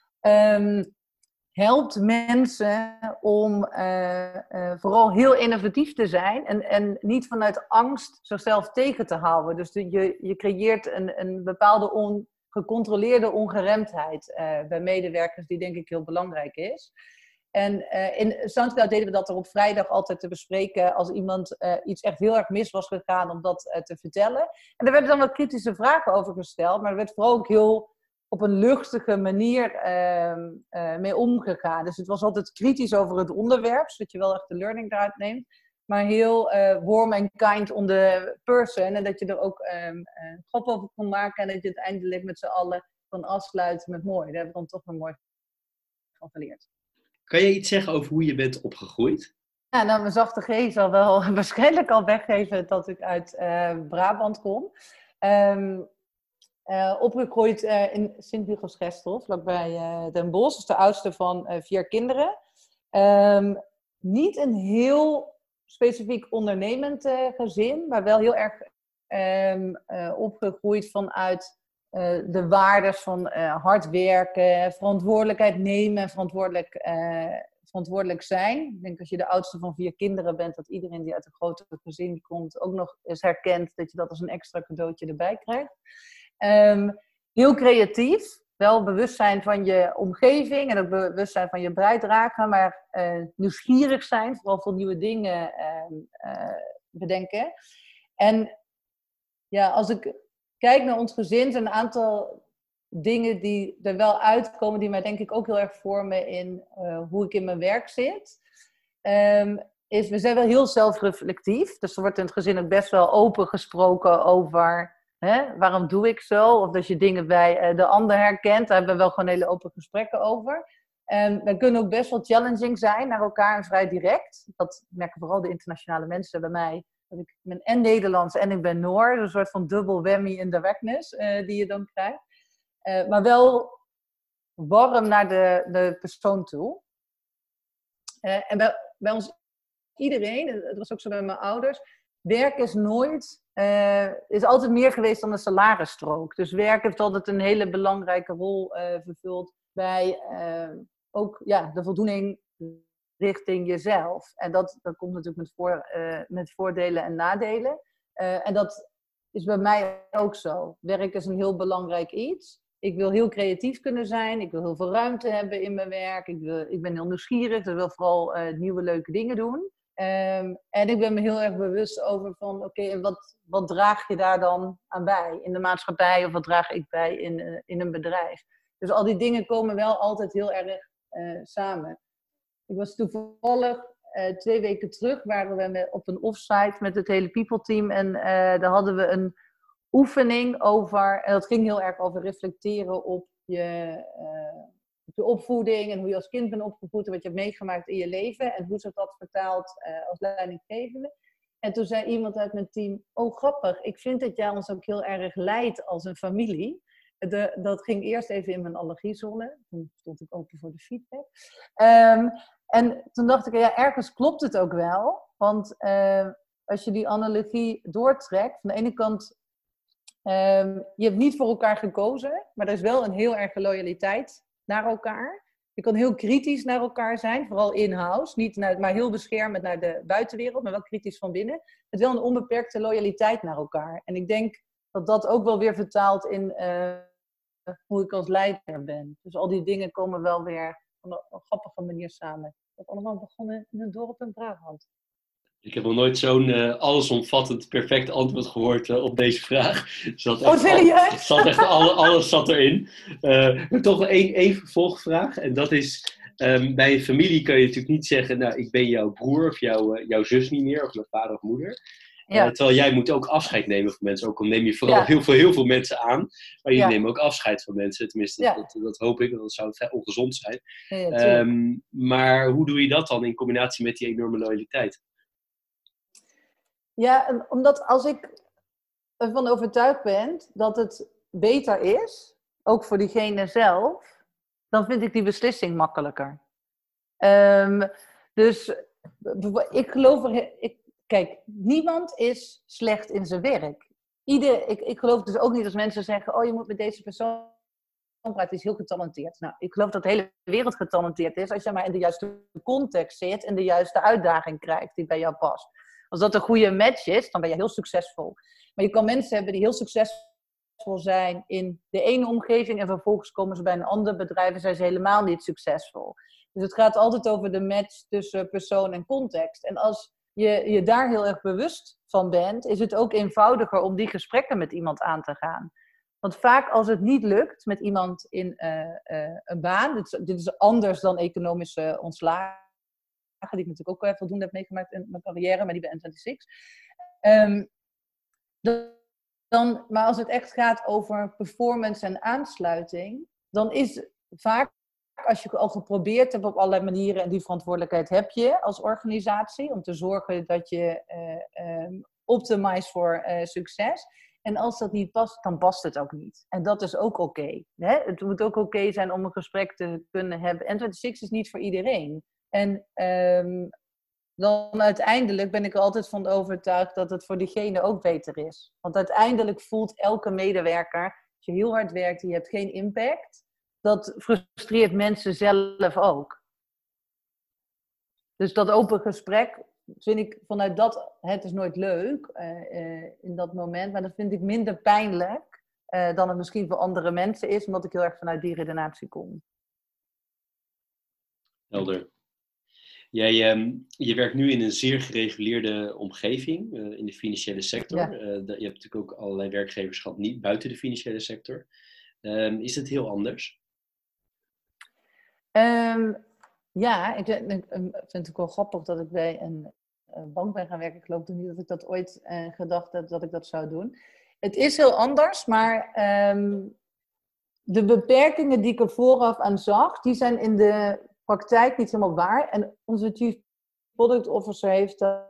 [SPEAKER 2] Um, helpt mensen om uh, uh, vooral heel innovatief te zijn en, en niet vanuit angst zichzelf tegen te houden. Dus de, je, je creëert een, een bepaalde on, gecontroleerde ongeremdheid uh, bij medewerkers die denk ik heel belangrijk is. En uh, in SoundCloud deden we dat er op vrijdag altijd te bespreken als iemand uh, iets echt heel erg mis was gegaan om dat uh, te vertellen. En er werden dan wat kritische vragen over gesteld, maar er werd vooral ook heel op een luchtige manier uh, uh, mee omgegaan. Dus het was altijd kritisch over het onderwerp, zodat je wel echt de learning eruit neemt. Maar heel uh, warm and kind on the person. En dat je er ook um, uh, grap over kon maken. En dat je het eindelijk met z'n allen kan afsluiten met mooi. Daar hebben we dan toch nog mooi van geleerd.
[SPEAKER 3] Kan je iets zeggen over hoe je bent opgegroeid?
[SPEAKER 2] Ja, nou, mijn zachte G zal wel waarschijnlijk al weggeven dat ik uit uh, Brabant kom. Um, Uh, opgegroeid uh, in Sint-Michiels-Gestel, vlakbij uh, Den Bosch. Dus de oudste van uh, vier kinderen. Um, niet een heel specifiek ondernemend uh, gezin, maar wel heel erg um, uh, opgegroeid vanuit uh, de waardes van uh, hard werken, verantwoordelijkheid nemen en verantwoordelijk, uh, verantwoordelijk zijn. Ik denk als je de oudste van vier kinderen bent, dat iedereen die uit een groter gezin komt ook nog eens herkent dat je dat als een extra cadeautje erbij krijgt. Um, heel creatief, wel bewustzijn van je omgeving en ook bewustzijn van je bijdrage, maar uh, nieuwsgierig zijn, vooral voor nieuwe dingen uh, uh, bedenken. En ja, als ik kijk naar ons gezin, zijn een aantal dingen die er wel uitkomen, die mij denk ik ook heel erg vormen in uh, hoe ik in mijn werk zit. Um, is, we zijn wel heel zelfreflectief, dus er wordt in het gezin ook best wel open gesproken over Hè? Waarom doe ik zo? Of dat je dingen bij uh, de ander herkent. Daar hebben we wel gewoon hele open gesprekken over. En we kunnen ook best wel challenging zijn naar elkaar en vrij direct. Dat merken vooral de internationale mensen bij mij. Dat ik ben en Nederlands en ik ben Noor. Een soort van double whammy in directness uh, die je dan krijgt. Uh, maar wel warm naar de, de persoon toe. Uh, en bij, bij ons iedereen, het was ook zo bij mijn ouders, werk is nooit... Uh, is altijd meer geweest dan een salarisstrook. Dus werk heeft altijd een hele belangrijke rol uh, vervuld bij uh, ook ja, de voldoening richting jezelf. En dat, dat komt natuurlijk met, voor, uh, met voordelen en nadelen. Uh, en dat is bij mij ook zo. Werk is een heel belangrijk iets. Ik wil heel creatief kunnen zijn. Ik wil heel veel ruimte hebben in mijn werk. Ik, wil, ik ben heel nieuwsgierig. Dus ik wil vooral uh, nieuwe leuke dingen doen. Um, en ik ben me heel erg bewust over van, oké, okay, en wat, wat draag je daar dan aan bij in de maatschappij of wat draag ik bij in, uh, in een bedrijf. Dus al die dingen komen wel altijd heel erg uh, samen. Ik was toevallig uh, twee weken terug, waren we met, op een offsite met het hele people team en uh, daar hadden we een oefening over, en dat ging heel erg over reflecteren op je... Uh, je opvoeding en hoe je als kind bent opgevoed en wat je hebt meegemaakt in je leven en hoe zich dat vertaalt uh, als leidinggevende. En toen zei iemand uit mijn team, oh grappig, ik vind dat jij ons ook heel erg leidt als een familie. De, dat ging eerst even in mijn allergiezone, toen stond ik open voor de feedback. Um, en toen dacht ik, ja, ergens klopt het ook wel, want uh, als je die analogie doortrekt, van de ene kant, um, je hebt niet voor elkaar gekozen, maar er is wel een heel erg loyaliteit naar elkaar. Je kan heel kritisch naar elkaar zijn, vooral in-house. Niet naar, maar heel beschermend naar de buitenwereld, maar wel kritisch van binnen. Met wel een onbeperkte loyaliteit naar elkaar. En ik denk dat dat ook wel weer vertaalt in uh, hoe ik als leider ben. Dus al die dingen komen wel weer een, een grappige manier samen. Dat allemaal begonnen in een dorp in Brabant.
[SPEAKER 3] Ik heb nog nooit zo'n uh, allesomvattend perfect antwoord gehoord uh, op deze vraag. Zat
[SPEAKER 2] Oh, serieus?
[SPEAKER 3] Al, zat echt alle, alles zat erin. Uh, maar toch één, één vervolgvraag. En dat is, um, bij een familie kun je natuurlijk niet zeggen, nou, ik ben jouw broer of jouw, uh, jouw zus niet meer, of mijn vader of moeder. Ja. Uh, terwijl jij moet ook afscheid nemen van mensen. Ook al neem je vooral ja. heel, veel, heel veel mensen aan. Maar jullie ja. nemen ook afscheid van mensen. Tenminste, ja. dat, dat hoop ik, want dat zou vrij ongezond zijn. Ja, um, maar hoe doe je dat dan in combinatie met die enorme loyaliteit?
[SPEAKER 2] Ja, omdat als ik ervan overtuigd ben dat het beter is, ook voor diegene zelf, dan vind ik die beslissing makkelijker. Um, dus ik geloof er... Ik, kijk, niemand is slecht in zijn werk. Ieder, ik, ik geloof dus ook niet als mensen zeggen, oh, je moet met deze persoon praten, die is heel getalenteerd. Nou, ik geloof dat de hele wereld getalenteerd is als je maar in de juiste context zit en de juiste uitdaging krijgt die bij jou past. Als dat een goede match is, dan ben je heel succesvol. Maar je kan mensen hebben die heel succesvol zijn in de ene omgeving en vervolgens komen ze bij een ander bedrijf en zijn ze helemaal niet succesvol. Dus het gaat altijd over de match tussen persoon en context. En als je je daar heel erg bewust van bent, is het ook eenvoudiger om die gesprekken met iemand aan te gaan. Want vaak als het niet lukt met iemand in uh, uh, een baan, dit is, dit is anders dan economische ontslagen, die ik natuurlijk ook voldoende heb meegemaakt in mijn carrière, maar die bij N tweeëntwintig. Um, dan, maar als het echt gaat over performance en aansluiting, dan is vaak, als je al geprobeerd hebt op allerlei manieren, en die verantwoordelijkheid heb je als organisatie, om te zorgen dat je uh, um, optimize voor uh, succes. En als dat niet past, dan past het ook niet. En dat is ook oké. Okay, het moet ook oké okay zijn om een gesprek te kunnen hebben. N tweeëntwintig is niet voor iedereen. En um, dan uiteindelijk ben ik er altijd van overtuigd dat het voor diegene ook beter is. Want uiteindelijk voelt elke medewerker, als je heel hard werkt en je hebt geen impact, dat frustreert mensen zelf ook. Dus dat open gesprek vind ik vanuit dat, het is nooit leuk uh, uh, in dat moment, maar dat vind ik minder pijnlijk uh, dan het misschien voor andere mensen is, omdat ik heel erg vanuit die redenatie kom.
[SPEAKER 3] Helder. Jij, um, je werkt nu in een zeer gereguleerde omgeving, uh, in de financiële sector. Ja. Uh, de, je hebt natuurlijk ook allerlei werkgevers gehad niet buiten de financiële sector. Um, is het heel anders?
[SPEAKER 2] Um, ja, ik, ik, ik vind het wel grappig dat ik bij een, een bank ben gaan werken. Ik geloof niet dat ik dat ooit uh, gedacht heb dat ik dat zou doen. Het is heel anders, maar um, de beperkingen die ik er vooraf aan zag, die zijn in de praktijk niet helemaal waar. En onze Chief Product Officer heeft dat,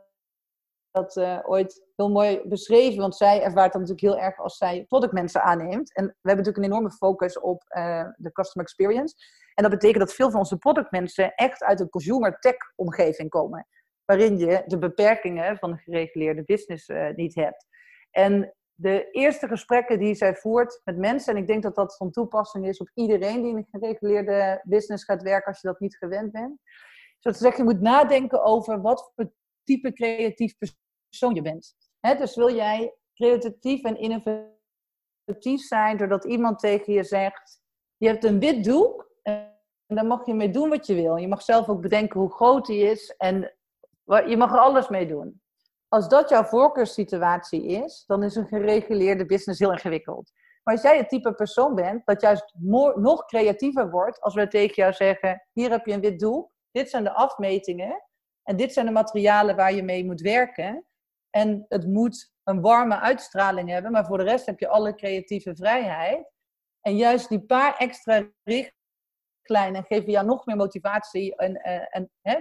[SPEAKER 2] dat uh, ooit heel mooi beschreven. Want zij ervaart dat natuurlijk heel erg als zij productmensen aanneemt. En we hebben natuurlijk een enorme focus op uh, de customer experience. En dat betekent dat veel van onze productmensen echt uit een consumer tech omgeving komen. Waarin je de beperkingen van een gereguleerde business uh, niet hebt. En de eerste gesprekken die zij voert met mensen, en ik denk dat dat van toepassing is op iedereen die in een gereguleerde business gaat werken als je dat niet gewend bent. Dus dat ze zeggen, je moet nadenken over wat voor type creatief persoon je bent. He, dus wil jij creatief en innovatief zijn doordat iemand tegen je zegt, je hebt een wit doek en daar mag je mee doen wat je wil. Je mag zelf ook bedenken hoe groot die is en je mag er alles mee doen. Als dat jouw voorkeurssituatie is, dan is een gereguleerde business heel ingewikkeld. Maar als jij het type persoon bent dat juist mo- nog creatiever wordt, als we tegen jou zeggen, hier heb je een wit doek, dit zijn de afmetingen en dit zijn de materialen waar je mee moet werken. En het moet een warme uitstraling hebben, maar voor de rest heb je alle creatieve vrijheid. En juist die paar extra richtlijnen geven jou nog meer motivatie en, en, en hè,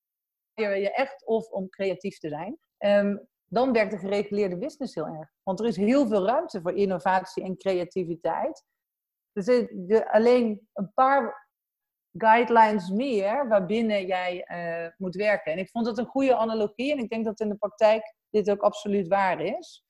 [SPEAKER 2] fire je echt of om creatief te zijn. Um, dan werkt de gereguleerde business heel erg. Want er is heel veel ruimte voor innovatie en creativiteit. Dus er alleen een paar guidelines meer waarbinnen jij uh, moet werken. En ik vond het een goede analogie en ik denk dat in de praktijk dit ook absoluut waar is.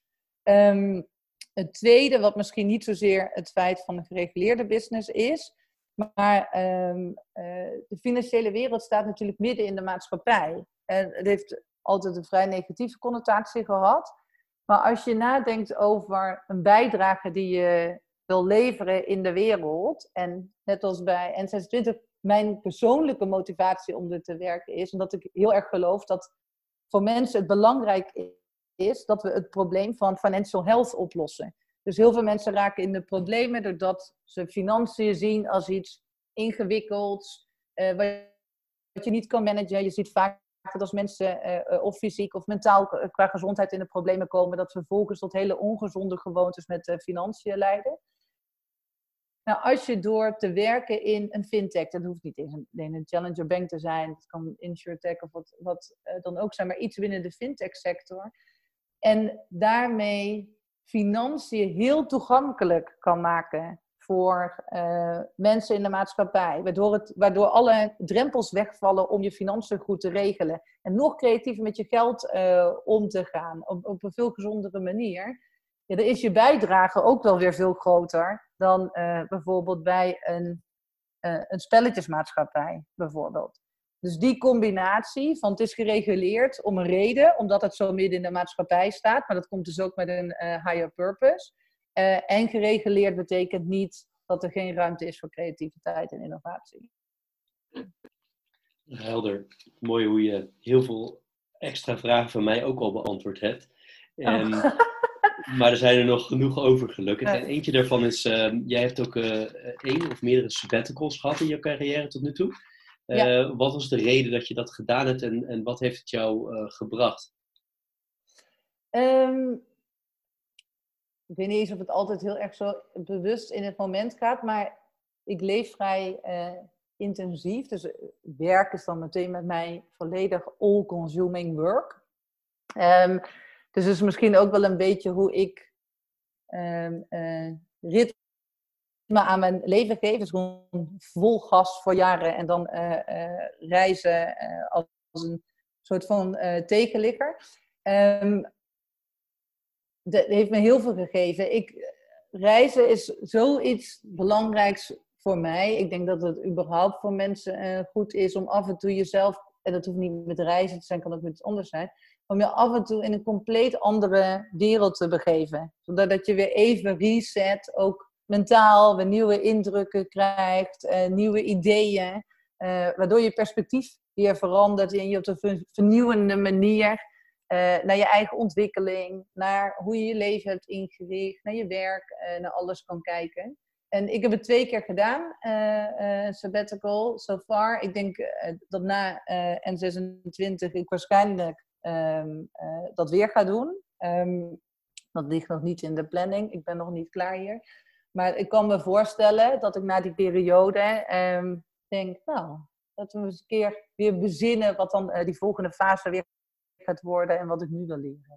[SPEAKER 2] Um, het tweede, wat misschien niet zozeer het feit van een gereguleerde business is, maar um, uh, de financiële wereld staat natuurlijk midden in de maatschappij. En het heeft altijd een vrij negatieve connotatie gehad. Maar als je nadenkt over een bijdrage die je wil leveren in de wereld, en net als bij N zesentwintig mijn persoonlijke motivatie om er te werken is, omdat ik heel erg geloof dat voor mensen het belangrijk is dat we het probleem van financial health oplossen. Dus heel veel mensen raken in de problemen doordat ze financiën zien als iets ingewikkelds, uh, wat je niet kan managen. Je ziet vaak dat als mensen uh, of fysiek of mentaal qua gezondheid in de problemen komen, dat vervolgens tot hele ongezonde gewoontes met uh, financiën leiden. Nou, als je door te werken in een fintech, dat hoeft niet in een, een challenger bank te zijn, het kan insurtech of wat, wat uh, dan ook zijn, maar iets binnen de fintech sector. En daarmee financiën heel toegankelijk kan maken voor uh, mensen in de maatschappij. Waardoor, het, waardoor alle drempels wegvallen om je financiën goed te regelen. En nog creatiever met je geld uh, om te gaan. Op, op een veel gezondere manier. Ja, dan is je bijdrage ook wel weer veel groter dan uh, bijvoorbeeld bij een, uh, een spelletjesmaatschappij. Bijvoorbeeld. Dus die combinatie van het is gereguleerd om een reden, omdat het zo midden in de maatschappij staat. Maar dat komt dus ook met een uh, higher purpose. Uh, en gereguleerd betekent niet dat er geen ruimte is voor creativiteit en innovatie.
[SPEAKER 3] Helder. Mooi hoe je heel veel extra vragen van mij ook al beantwoord hebt. En, oh. Maar er zijn er nog genoeg over gelukkig. Ja. En eentje daarvan is, uh, jij hebt ook uh, één of meerdere sabbaticals gehad in je carrière tot nu toe. Uh, ja. Wat was de reden dat je dat gedaan hebt en, en wat heeft het jou uh, gebracht?
[SPEAKER 2] Um... Ik weet niet eens of het altijd heel erg zo bewust in het moment gaat, maar ik leef vrij uh, intensief. Dus werk is dan meteen met mij volledig all-consuming work. Um, dus het is misschien ook wel een beetje hoe ik um, uh, ritme aan mijn leven geef. Dus gewoon vol gas voor jaren en dan uh, uh, reizen uh, als een soort van uh, tegenligger. Um, Dat heeft me heel veel gegeven. Ik, reizen is zoiets belangrijks voor mij. Ik denk dat het überhaupt voor mensen uh, goed is om af en toe jezelf, en dat hoeft niet met reizen te zijn, kan ook met iets anders zijn, om je af en toe in een compleet andere wereld te begeven. Zodat je weer even reset, ook mentaal, weer nieuwe indrukken krijgt, uh, nieuwe ideeën, uh, waardoor je perspectief weer verandert en je op een vernieuwende manier Uh, naar je eigen ontwikkeling, naar hoe je je leven hebt ingericht, naar je werk, uh, naar alles kan kijken. En ik heb het twee keer gedaan, uh, uh, sabbatical, so far. Ik denk uh, dat na uh, N zesentwintig ik waarschijnlijk um, uh, dat weer ga doen. Um, dat ligt nog niet in de planning, ik ben nog niet klaar hier. Maar ik kan me voorstellen dat ik na die periode um, denk, nou, dat we eens een keer weer bezinnen wat dan uh, die volgende fase weer gaat worden en wat ik nu wil leren.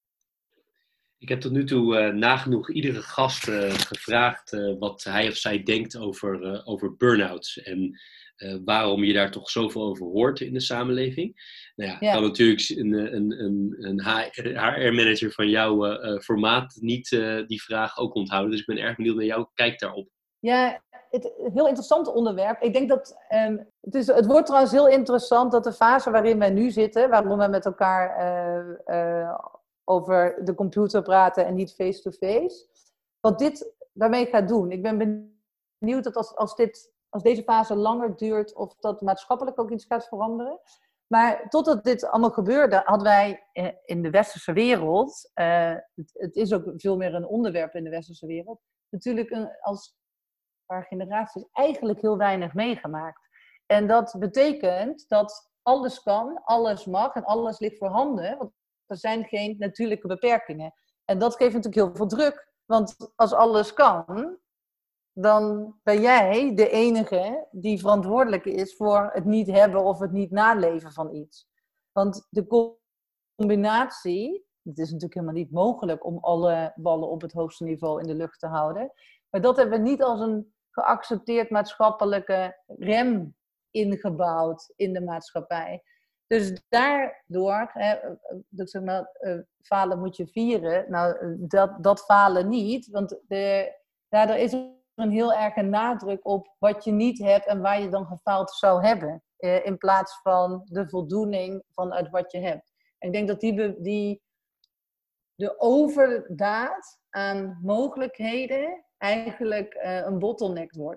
[SPEAKER 3] Ik heb tot nu toe uh, nagenoeg iedere gast uh, gevraagd uh, wat hij of zij denkt over, uh, over burn-outs en uh, waarom je daar toch zoveel over hoort in de samenleving. Nou ja, ja. Kan natuurlijk een, een, een, een H R-manager van jouw uh, formaat niet uh, die vraag ook onthouden. Dus ik ben erg benieuwd naar jouw kijk daarop.
[SPEAKER 2] Ja, het heel interessant onderwerp. Ik denk dat, um, het, is, het wordt trouwens heel interessant dat de fase waarin wij nu zitten, waarom we met elkaar uh, uh, over de computer praten en niet face-to-face, wat dit daarmee gaat doen. Ik ben benieuwd dat als, als, dit, als deze fase langer duurt, of dat maatschappelijk ook iets gaat veranderen. Maar totdat dit allemaal gebeurde, hadden wij uh, in de westerse wereld, uh, het, het is ook veel meer een onderwerp in de westerse wereld, natuurlijk een, als paar generaties eigenlijk heel weinig meegemaakt. En dat betekent dat alles kan, alles mag en alles ligt voorhanden, want er zijn geen natuurlijke beperkingen. En dat geeft natuurlijk heel veel druk, want als alles kan, dan ben jij de enige die verantwoordelijk is voor het niet hebben of het niet naleven van iets. Want de combinatie, het is natuurlijk helemaal niet mogelijk om alle ballen op het hoogste niveau in de lucht te houden, maar dat hebben we niet als een geaccepteerd maatschappelijke rem ingebouwd in de maatschappij. Dus daardoor, hè, dat zeg maar, uh, falen moet je vieren. Nou, dat, dat falen niet, want de, daardoor is er een heel erg een nadruk op wat je niet hebt en waar je dan gefaald zou hebben. Uh, in plaats van de voldoening vanuit wat je hebt. En ik denk dat die, die de overdaad aan mogelijkheden eigenlijk uh, een bottleneck wordt.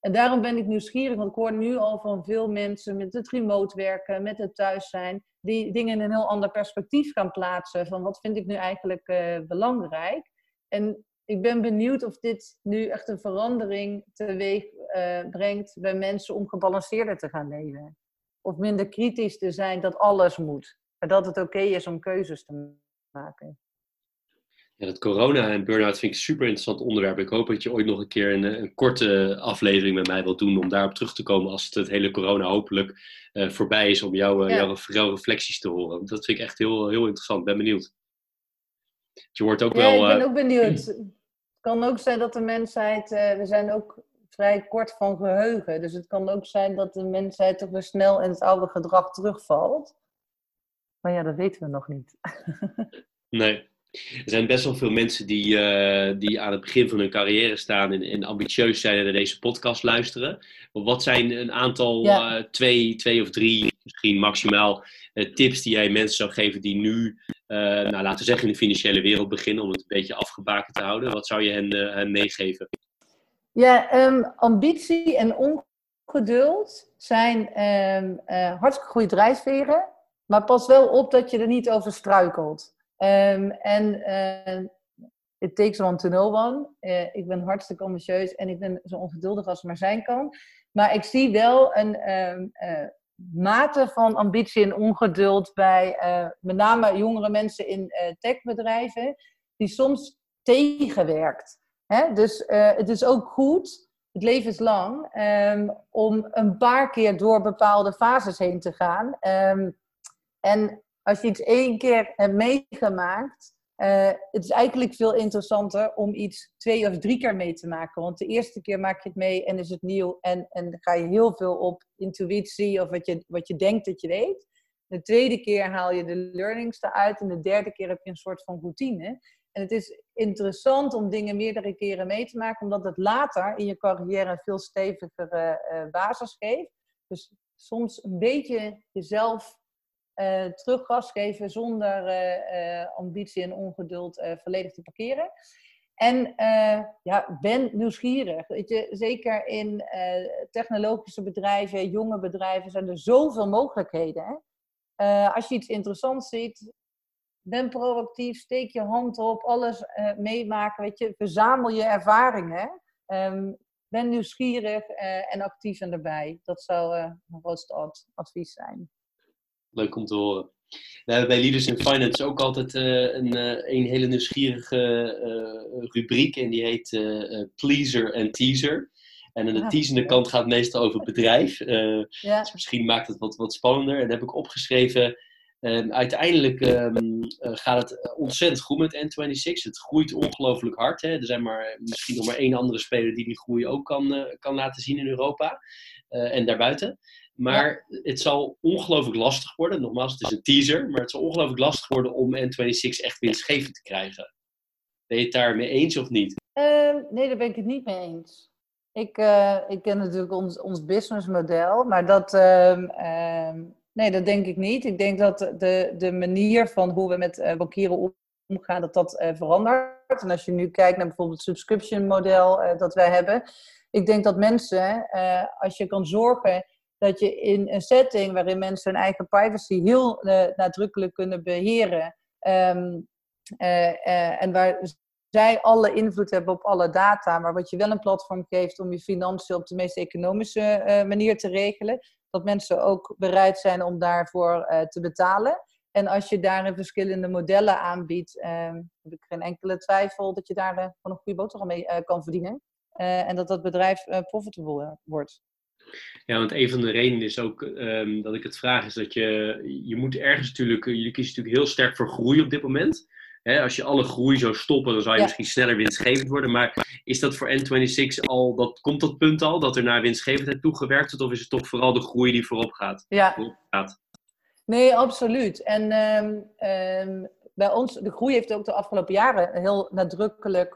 [SPEAKER 2] En daarom ben ik nieuwsgierig, want ik hoor nu al van veel mensen met het remote werken, met het thuis zijn, die dingen in een heel ander perspectief gaan plaatsen. Van wat vind ik nu eigenlijk uh, belangrijk? En ik ben benieuwd of dit nu echt een verandering teweeg uh, brengt bij mensen om gebalanceerder te gaan leven. Of minder kritisch te zijn dat alles moet. Maar dat het oké is om keuzes te maken.
[SPEAKER 3] Ja, dat corona en burn-out vind ik een super interessant onderwerp. Ik hoop dat je ooit nog een keer een, een korte aflevering met mij wilt doen om daarop terug te komen als het, het hele corona hopelijk uh, voorbij is, om jou, uh, ja. jouw, jouw reflecties te horen. Dat vind ik echt heel, heel interessant. Ben benieuwd. Je wordt ook
[SPEAKER 2] ja,
[SPEAKER 3] wel...
[SPEAKER 2] ik ben
[SPEAKER 3] uh...
[SPEAKER 2] ook benieuwd. Het kan ook zijn dat de mensheid... Uh, we zijn ook vrij kort van geheugen. Dus het kan ook zijn dat de mensheid toch weer snel in het oude gedrag terugvalt. Maar ja, dat weten we nog niet.
[SPEAKER 3] Nee. Er zijn best wel veel mensen die, uh, die aan het begin van hun carrière staan en, en ambitieus zijn en naar deze podcast luisteren. Wat zijn een aantal, ja. uh, twee, twee of drie, misschien maximaal, uh, tips die jij mensen zou geven die nu, uh, nou, laten we zeggen, in de financiële wereld beginnen, om het een beetje afgebakend te houden? Wat zou je hen, uh, hen meegeven?
[SPEAKER 2] Ja, um, ambitie en ongeduld zijn um, uh, hartstikke goede drijfveren, maar pas wel op dat je er niet over struikelt. Um, en uh, it takes one to know one. Uh, ik ben hartstikke ambitieus en ik ben zo ongeduldig als het maar zijn kan. Maar ik zie wel een um, uh, mate van ambitie en ongeduld bij uh, met name jongere mensen in uh, techbedrijven, die soms tegenwerkt. Hè? Dus uh, het is ook goed, het leven is lang, um, om een paar keer door bepaalde fases heen te gaan. Um, en als je iets één keer hebt meegemaakt, uh, het is eigenlijk veel interessanter om iets twee of drie keer mee te maken. Want de eerste keer maak je het mee en is het nieuw en, en dan ga je heel veel op intuïtie of wat je, wat je denkt dat je weet. De tweede keer haal je de learnings eruit en de derde keer heb je een soort van routine. En het is interessant om dingen meerdere keren mee te maken, omdat het later in je carrière een veel stevigere uh, basis geeft. Dus soms een beetje jezelf Uh, terug gas geven zonder uh, uh, ambitie en ongeduld uh, volledig te parkeren. En uh, ja, ben nieuwsgierig. Weet je, zeker in uh, technologische bedrijven, jonge bedrijven, zijn er zoveel mogelijkheden. Hè? Uh, als je iets interessants ziet, ben proactief, steek je hand op, alles uh, meemaken. Weet je, verzamel je ervaringen. Um, ben nieuwsgierig uh, en actief en erbij. Dat zou uh, mijn grootste ad- advies zijn.
[SPEAKER 3] Leuk om te horen. We hebben bij Leaders in Finance ook altijd uh, een, uh, een hele nieuwsgierige uh, rubriek. En die heet uh, Pleaser en Teaser. En aan de ja, teasende ja. kant gaat het meestal over het bedrijf. Uh, ja. Dus misschien maakt het wat, wat spannender. En dat heb ik opgeschreven. Um, uiteindelijk um, uh, gaat het ontzettend goed met N zesentwintig. Het groeit ongelooflijk hard. Hè? Er zijn maar misschien nog maar één andere speler die die groei ook kan, uh, kan laten zien in Europa. Uh, en daarbuiten. Maar ja. het zal ongelooflijk lastig worden. Nogmaals, het is een teaser. Maar het zal ongelooflijk lastig worden om N zesentwintig echt winstgevend te krijgen. Ben je het daarmee eens of niet?
[SPEAKER 2] Uh, nee, daar ben ik het niet mee eens. Ik, uh, ik ken natuurlijk ons, ons businessmodel. Maar dat... Uh, uh, nee, dat denk ik niet. Ik denk dat de, de manier van hoe we met uh, bankieren omgaan, dat dat uh, verandert. En als je nu kijkt naar bijvoorbeeld het subscription model uh, dat wij hebben. Ik denk dat mensen, uh, als je kan zorgen dat je in een setting waarin mensen hun eigen privacy heel uh, nadrukkelijk kunnen beheren. Um, uh, uh, en waar zij alle invloed hebben op alle data, maar wat je wel een platform geeft om je financiën op de meest economische uh, manier te regelen. Dat mensen ook bereid zijn om daarvoor uh, te betalen. En als je daar een verschillende modellen aanbiedt, uh, heb ik geen enkele twijfel dat je daar uh, gewoon een goede boterham mee uh, kan verdienen. Uh, en dat dat bedrijf uh, profitable uh, wordt.
[SPEAKER 3] Ja, want een van de redenen is ook um, dat ik het vraag is dat je, je moet ergens natuurlijk, jullie kiezen natuurlijk heel sterk voor groei op dit moment. He, als je alle groei zou stoppen, dan zou je ja. misschien sneller winstgevend worden. Maar is dat voor N zesentwintig al, dat, komt dat punt al, dat er naar winstgevendheid toegewerkt wordt? Of is het toch vooral de groei die voorop gaat?
[SPEAKER 2] Ja.
[SPEAKER 3] Voorop gaat?
[SPEAKER 2] Nee, absoluut. En um, um, bij ons, de groei heeft ook de afgelopen jaren heel nadrukkelijk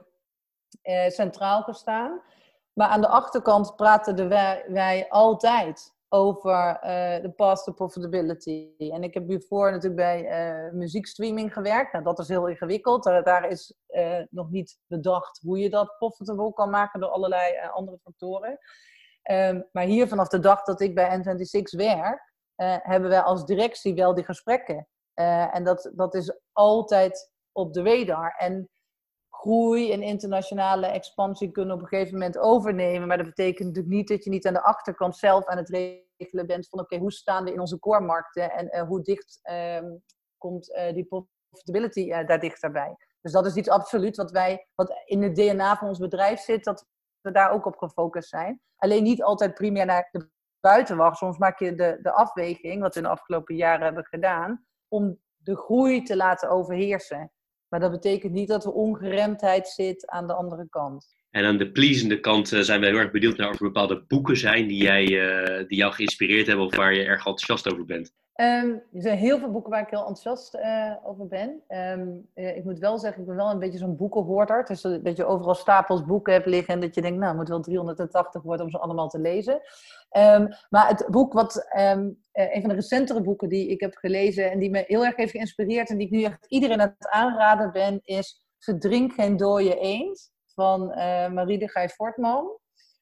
[SPEAKER 2] uh, centraal gestaan. Maar aan de achterkant praten wij, wij altijd over uh, de path to profitability. En ik heb hiervoor natuurlijk bij uh, muziekstreaming gewerkt. Nou, dat is heel ingewikkeld. Uh, daar is uh, nog niet bedacht hoe je dat profitable kan maken door allerlei uh, andere factoren. Um, maar hier vanaf de dag dat ik bij N zesentwintig werk, uh, hebben wij als directie wel die gesprekken. Uh, en dat, dat is altijd op de radar. En groei en internationale expansie kunnen op een gegeven moment overnemen. Maar dat betekent natuurlijk niet dat je niet aan de achterkant zelf aan het regelen bent van oké, okay, hoe staan we in onze core-markten en uh, hoe dicht um, komt uh, die profitability uh, daar dichterbij. Dus dat is iets absoluut wat wij, wat in het D N A van ons bedrijf zit, dat we daar ook op gefocust zijn. Alleen niet altijd primair naar de buitenwacht. Soms maak je de, de afweging, wat we in de afgelopen jaren hebben gedaan, om de groei te laten overheersen. Maar dat betekent niet dat er ongeremdheid zit aan de andere kant.
[SPEAKER 3] En aan de pleasende kant uh, zijn wij heel erg benieuwd naar of er bepaalde boeken zijn die, jij, uh, die jou geïnspireerd hebben of waar je erg enthousiast over bent.
[SPEAKER 2] Um, er zijn heel veel boeken waar ik heel enthousiast uh, over ben. Um, uh, ik moet wel zeggen, ik ben wel een beetje zo'n boekenhoorder. Dus dat je overal stapels boeken hebt liggen en dat je denkt, nou, het moet wel driehonderdtachtig worden om ze allemaal te lezen. Um, maar het boek wat, um, uh, een van de recentere boeken die ik heb gelezen en die me heel erg heeft geïnspireerd en die ik nu echt iedereen aan het aanraden ben, is Verdrink geen dode eend van uh, Marie de Gaij Fortman.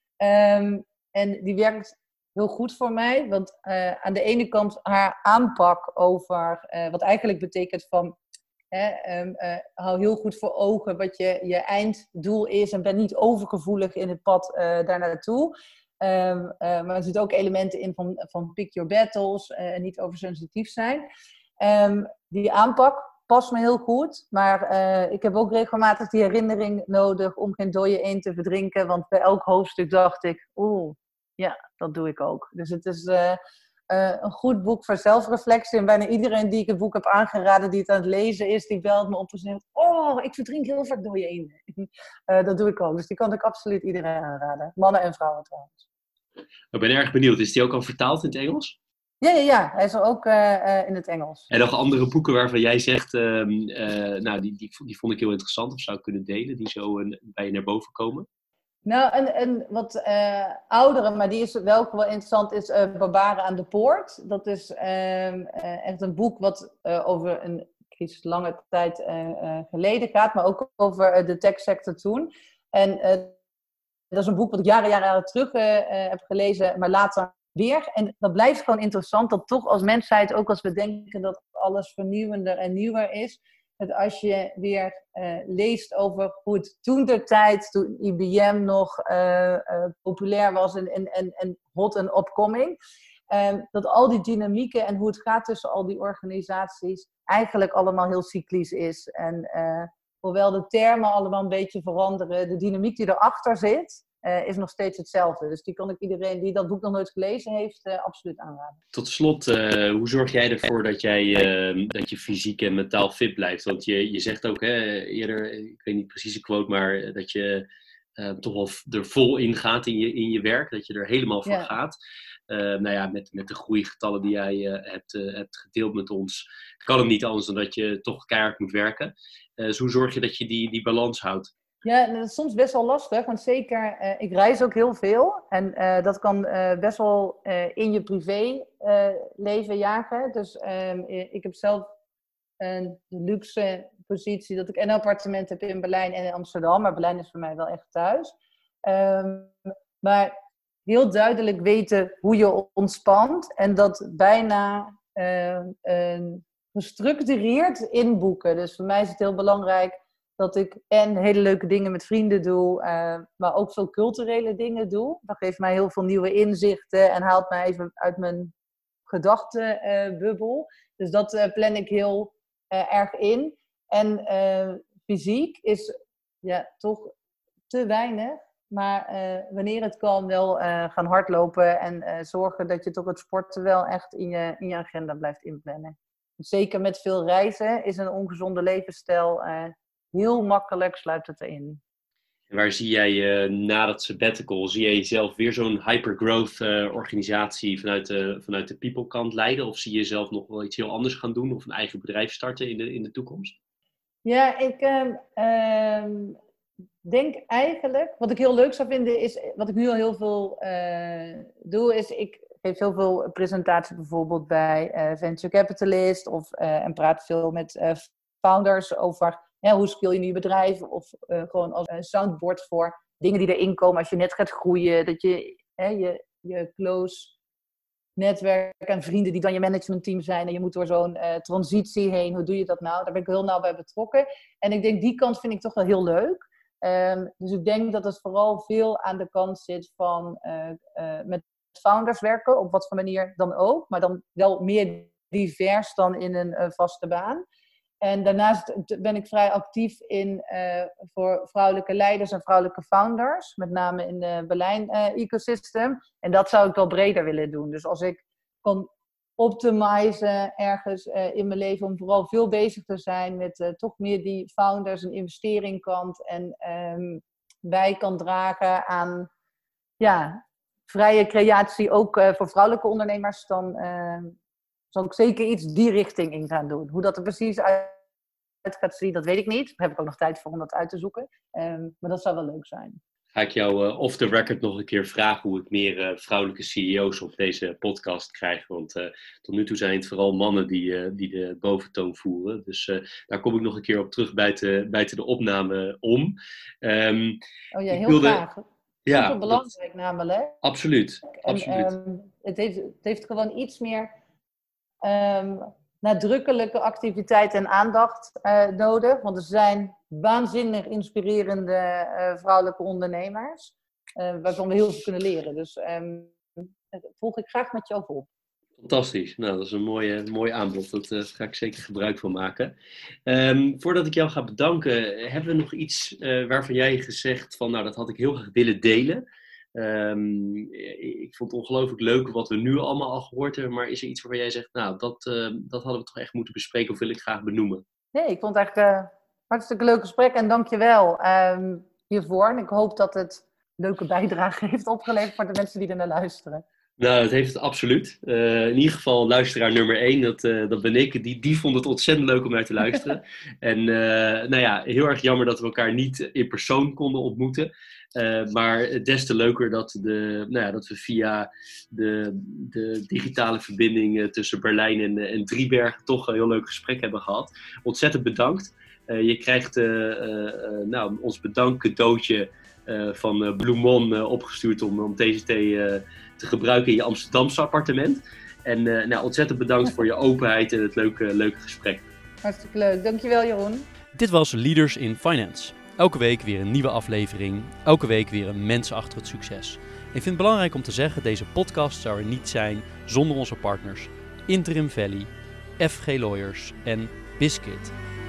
[SPEAKER 2] Um, en die werkt heel goed voor mij, want uh, aan de ene kant haar aanpak over uh, wat eigenlijk betekent van hè, um, uh, hou heel goed voor ogen wat je, je einddoel is en ben niet overgevoelig in het pad uh, daar naartoe. Um, uh, maar er zitten ook elementen in van, van pick your battles uh, en niet oversensitief zijn. Um, die aanpak past me heel goed, maar uh, ik heb ook regelmatig die herinnering nodig om geen dode eend te verdrinken, want bij elk hoofdstuk dacht ik, oeh, ja, dat doe ik ook. Dus het is uh, uh, een goed boek voor zelfreflectie. En bijna iedereen die ik het boek heb aangeraden, die het aan het lezen is, die belt me op en zegt, oh, ik verdrink heel vaak dode eenden. uh, dat doe ik ook. Dus die kan ik absoluut iedereen aanraden. Mannen en vrouwen trouwens.
[SPEAKER 3] Ik ben erg benieuwd. Is die ook al vertaald in het Engels?
[SPEAKER 2] Ja, ja, ja. Hij is er ook uh, uh, in het Engels.
[SPEAKER 3] En nog andere boeken waarvan jij zegt, uh, uh, nou, die, die, die vond ik heel interessant of zou ik kunnen delen, die zo uh, bij je naar boven komen?
[SPEAKER 2] Nou, een, een wat uh, oudere, maar die is wel ook wel interessant, is uh, Barbaren aan de Poort. Dat is uh, uh, echt een boek wat uh, over een crisis lange tijd uh, uh, geleden gaat, maar ook over uh, de techsector toen. En uh, dat is een boek wat ik jaren, jaren, jaren terug uh, uh, heb gelezen, maar later weer. En dat blijft gewoon interessant, dat toch als mensheid, ook als we denken dat alles vernieuwender en nieuwer is, dat als je weer uh, leest over hoe het toen der tijd, toen I B M nog uh, uh, populair was en, en, en, en hot en upcoming, uh, dat al die dynamieken en hoe het gaat tussen al die organisaties eigenlijk allemaal heel cyclisch is. En uh, hoewel de termen allemaal een beetje veranderen, de dynamiek die erachter zit, Uh, is nog steeds hetzelfde. Dus die kan ik iedereen die dat boek nog nooit gelezen heeft, uh, absoluut aanraden.
[SPEAKER 3] Tot slot, uh, hoe zorg jij ervoor dat, jij, uh, dat je fysiek en mentaal fit blijft? Want je, je zegt ook hè, eerder, ik weet niet precies de quote, maar dat je uh, toch wel er vol in gaat in je, in je werk. Dat je er helemaal voor ja. gaat. Uh, nou ja, met, met de groeigetallen die jij uh, hebt, uh, hebt gedeeld met ons, kan het niet anders dan dat je toch keihard moet werken. Uh, dus hoe zorg je dat je die, die balans houdt?
[SPEAKER 2] Ja, dat is soms best wel lastig, want zeker, uh, ik reis ook heel veel. En uh, dat kan uh, best wel uh, in je privé uh, leven jagen. Dus um, ik heb zelf een luxe positie dat ik een appartement heb in Berlijn en in Amsterdam. Maar Berlijn is voor mij wel echt thuis. Um, maar heel duidelijk weten hoe je ontspant. En dat bijna uh, uh, gestructureerd inboeken. Dus voor mij is het heel belangrijk dat ik en hele leuke dingen met vrienden doe, uh, maar ook veel culturele dingen doe. Dat geeft mij heel veel nieuwe inzichten en haalt mij even uit mijn gedachtenbubbel. Uh, dus dat uh, plan ik heel uh, erg in. En uh, fysiek is ja, toch te weinig. Maar uh, wanneer het kan, wel uh, gaan hardlopen en uh, zorgen dat je toch het sporten wel echt in je, in je agenda blijft inplannen. Zeker met veel reizen is een ongezonde levensstijl uh, heel makkelijk, sluit het erin.
[SPEAKER 3] En waar zie jij uh, na dat sabbatical, zie jij jezelf weer zo'n hypergrowth uh, organisatie vanuit de, vanuit de people kant leiden? Of zie je jezelf nog wel iets heel anders gaan doen of een eigen bedrijf starten in de, in de toekomst?
[SPEAKER 2] Ja, ik uh, uh, denk eigenlijk, wat ik heel leuk zou vinden is, wat ik nu al heel veel uh, doe, is ik geef heel veel presentaties bijvoorbeeld bij uh, Venture Capitalist of, uh, en praat veel met uh, founders over ja, hoe scale je nu je bedrijf of uh, gewoon als een soundboard voor dingen die erin komen als je net gaat groeien, dat je hè, je, je close netwerk en vrienden die dan je managementteam zijn. En je moet door zo'n uh, transitie heen. Hoe doe je dat nou? Daar ben ik heel nauw bij betrokken. En ik denk, die kant vind ik toch wel heel leuk. Um, dus ik denk dat het vooral veel aan de kant zit van uh, uh, met founders werken. Op wat voor manier dan ook. Maar dan wel meer divers dan in een uh, vaste baan. En daarnaast ben ik vrij actief in, uh, voor vrouwelijke leiders en vrouwelijke founders. Met name in de Berlijn-ecosystem. Uh, en dat zou ik wel breder willen doen. Dus als ik kan optimizen ergens uh, in mijn leven om vooral veel bezig te zijn met uh, toch meer die founders en investeringkant. En um, bij kan dragen aan ja, vrije creatie ook uh, voor vrouwelijke ondernemers. Dan uh, zal ik zeker iets die richting in gaan doen. Hoe dat er precies uit gaat zien, dat weet ik niet. Daar heb ik ook nog tijd voor om dat uit te zoeken. Um, maar dat zou wel leuk zijn.
[SPEAKER 3] Ga ik jou uh, off the record nog een keer vragen hoe ik meer uh, vrouwelijke C E O's op deze podcast krijg. Want uh, tot nu toe zijn het vooral mannen die, uh, die de boventoon voeren. Dus uh, daar kom ik nog een keer op terug buiten, buiten de opname om. Um,
[SPEAKER 2] oh ja, heel
[SPEAKER 3] wilde...
[SPEAKER 2] graag.
[SPEAKER 3] Ja,
[SPEAKER 2] super belangrijk dat... namelijk.
[SPEAKER 3] Absoluut.
[SPEAKER 2] En,
[SPEAKER 3] absoluut.
[SPEAKER 2] Um, het, heeft, het heeft gewoon iets meer um, nadrukkelijke activiteit en aandacht uh, nodig. Want er zijn waanzinnig inspirerende uh, vrouwelijke ondernemers. Uh, waarvan we heel veel kunnen leren. Dus um, dat volg ik graag met je over op.
[SPEAKER 3] Fantastisch. Nou, dat is een mooi, mooi aanbod. Daar uh, ga ik zeker gebruik van maken. Um, voordat ik jou ga bedanken, hebben we nog iets uh, waarvan jij gezegd van, nou, dat had ik heel graag willen delen. Um, ik vond het ongelooflijk leuk wat we nu allemaal al gehoord hebben, maar is er iets waarvan jij zegt, nou, dat, uh, dat hadden we toch echt moeten bespreken of wil ik graag benoemen?
[SPEAKER 2] Nee, ik vond het eigenlijk een uh, hartstikke leuk gesprek en dank je wel um, hiervoor. En ik hoop dat het leuke bijdrage heeft opgeleverd voor de mensen die er naar luisteren.
[SPEAKER 3] Nou, dat heeft het absoluut. Uh, in ieder geval luisteraar nummer één, dat, uh, dat ben ik. Die, die vond het ontzettend leuk om naar te luisteren. En uh, nou ja, heel erg jammer dat we elkaar niet in persoon konden ontmoeten. Uh, maar des te leuker dat, de, nou ja, dat we via de, de digitale verbinding uh, tussen Berlijn en, uh, en Driebergen toch een heel leuk gesprek hebben gehad. Ontzettend bedankt. Uh, je krijgt uh, uh, uh, nou, ons bedankcadeautje uh, van uh, Bloemon uh, opgestuurd om, om T C T uh, te gebruiken in je Amsterdamse appartement. En uh, nou, ontzettend bedankt voor je openheid en het leuke, leuke gesprek.
[SPEAKER 2] Hartstikke leuk. Dankjewel, Jeroen.
[SPEAKER 1] Dit was Leaders in Finance. Elke week weer een nieuwe aflevering. Elke week weer een mens achter het succes. Ik vind het belangrijk om te zeggen, deze podcast zou er niet zijn zonder onze partners Interim Valley, F G Lawyers en Biscuit.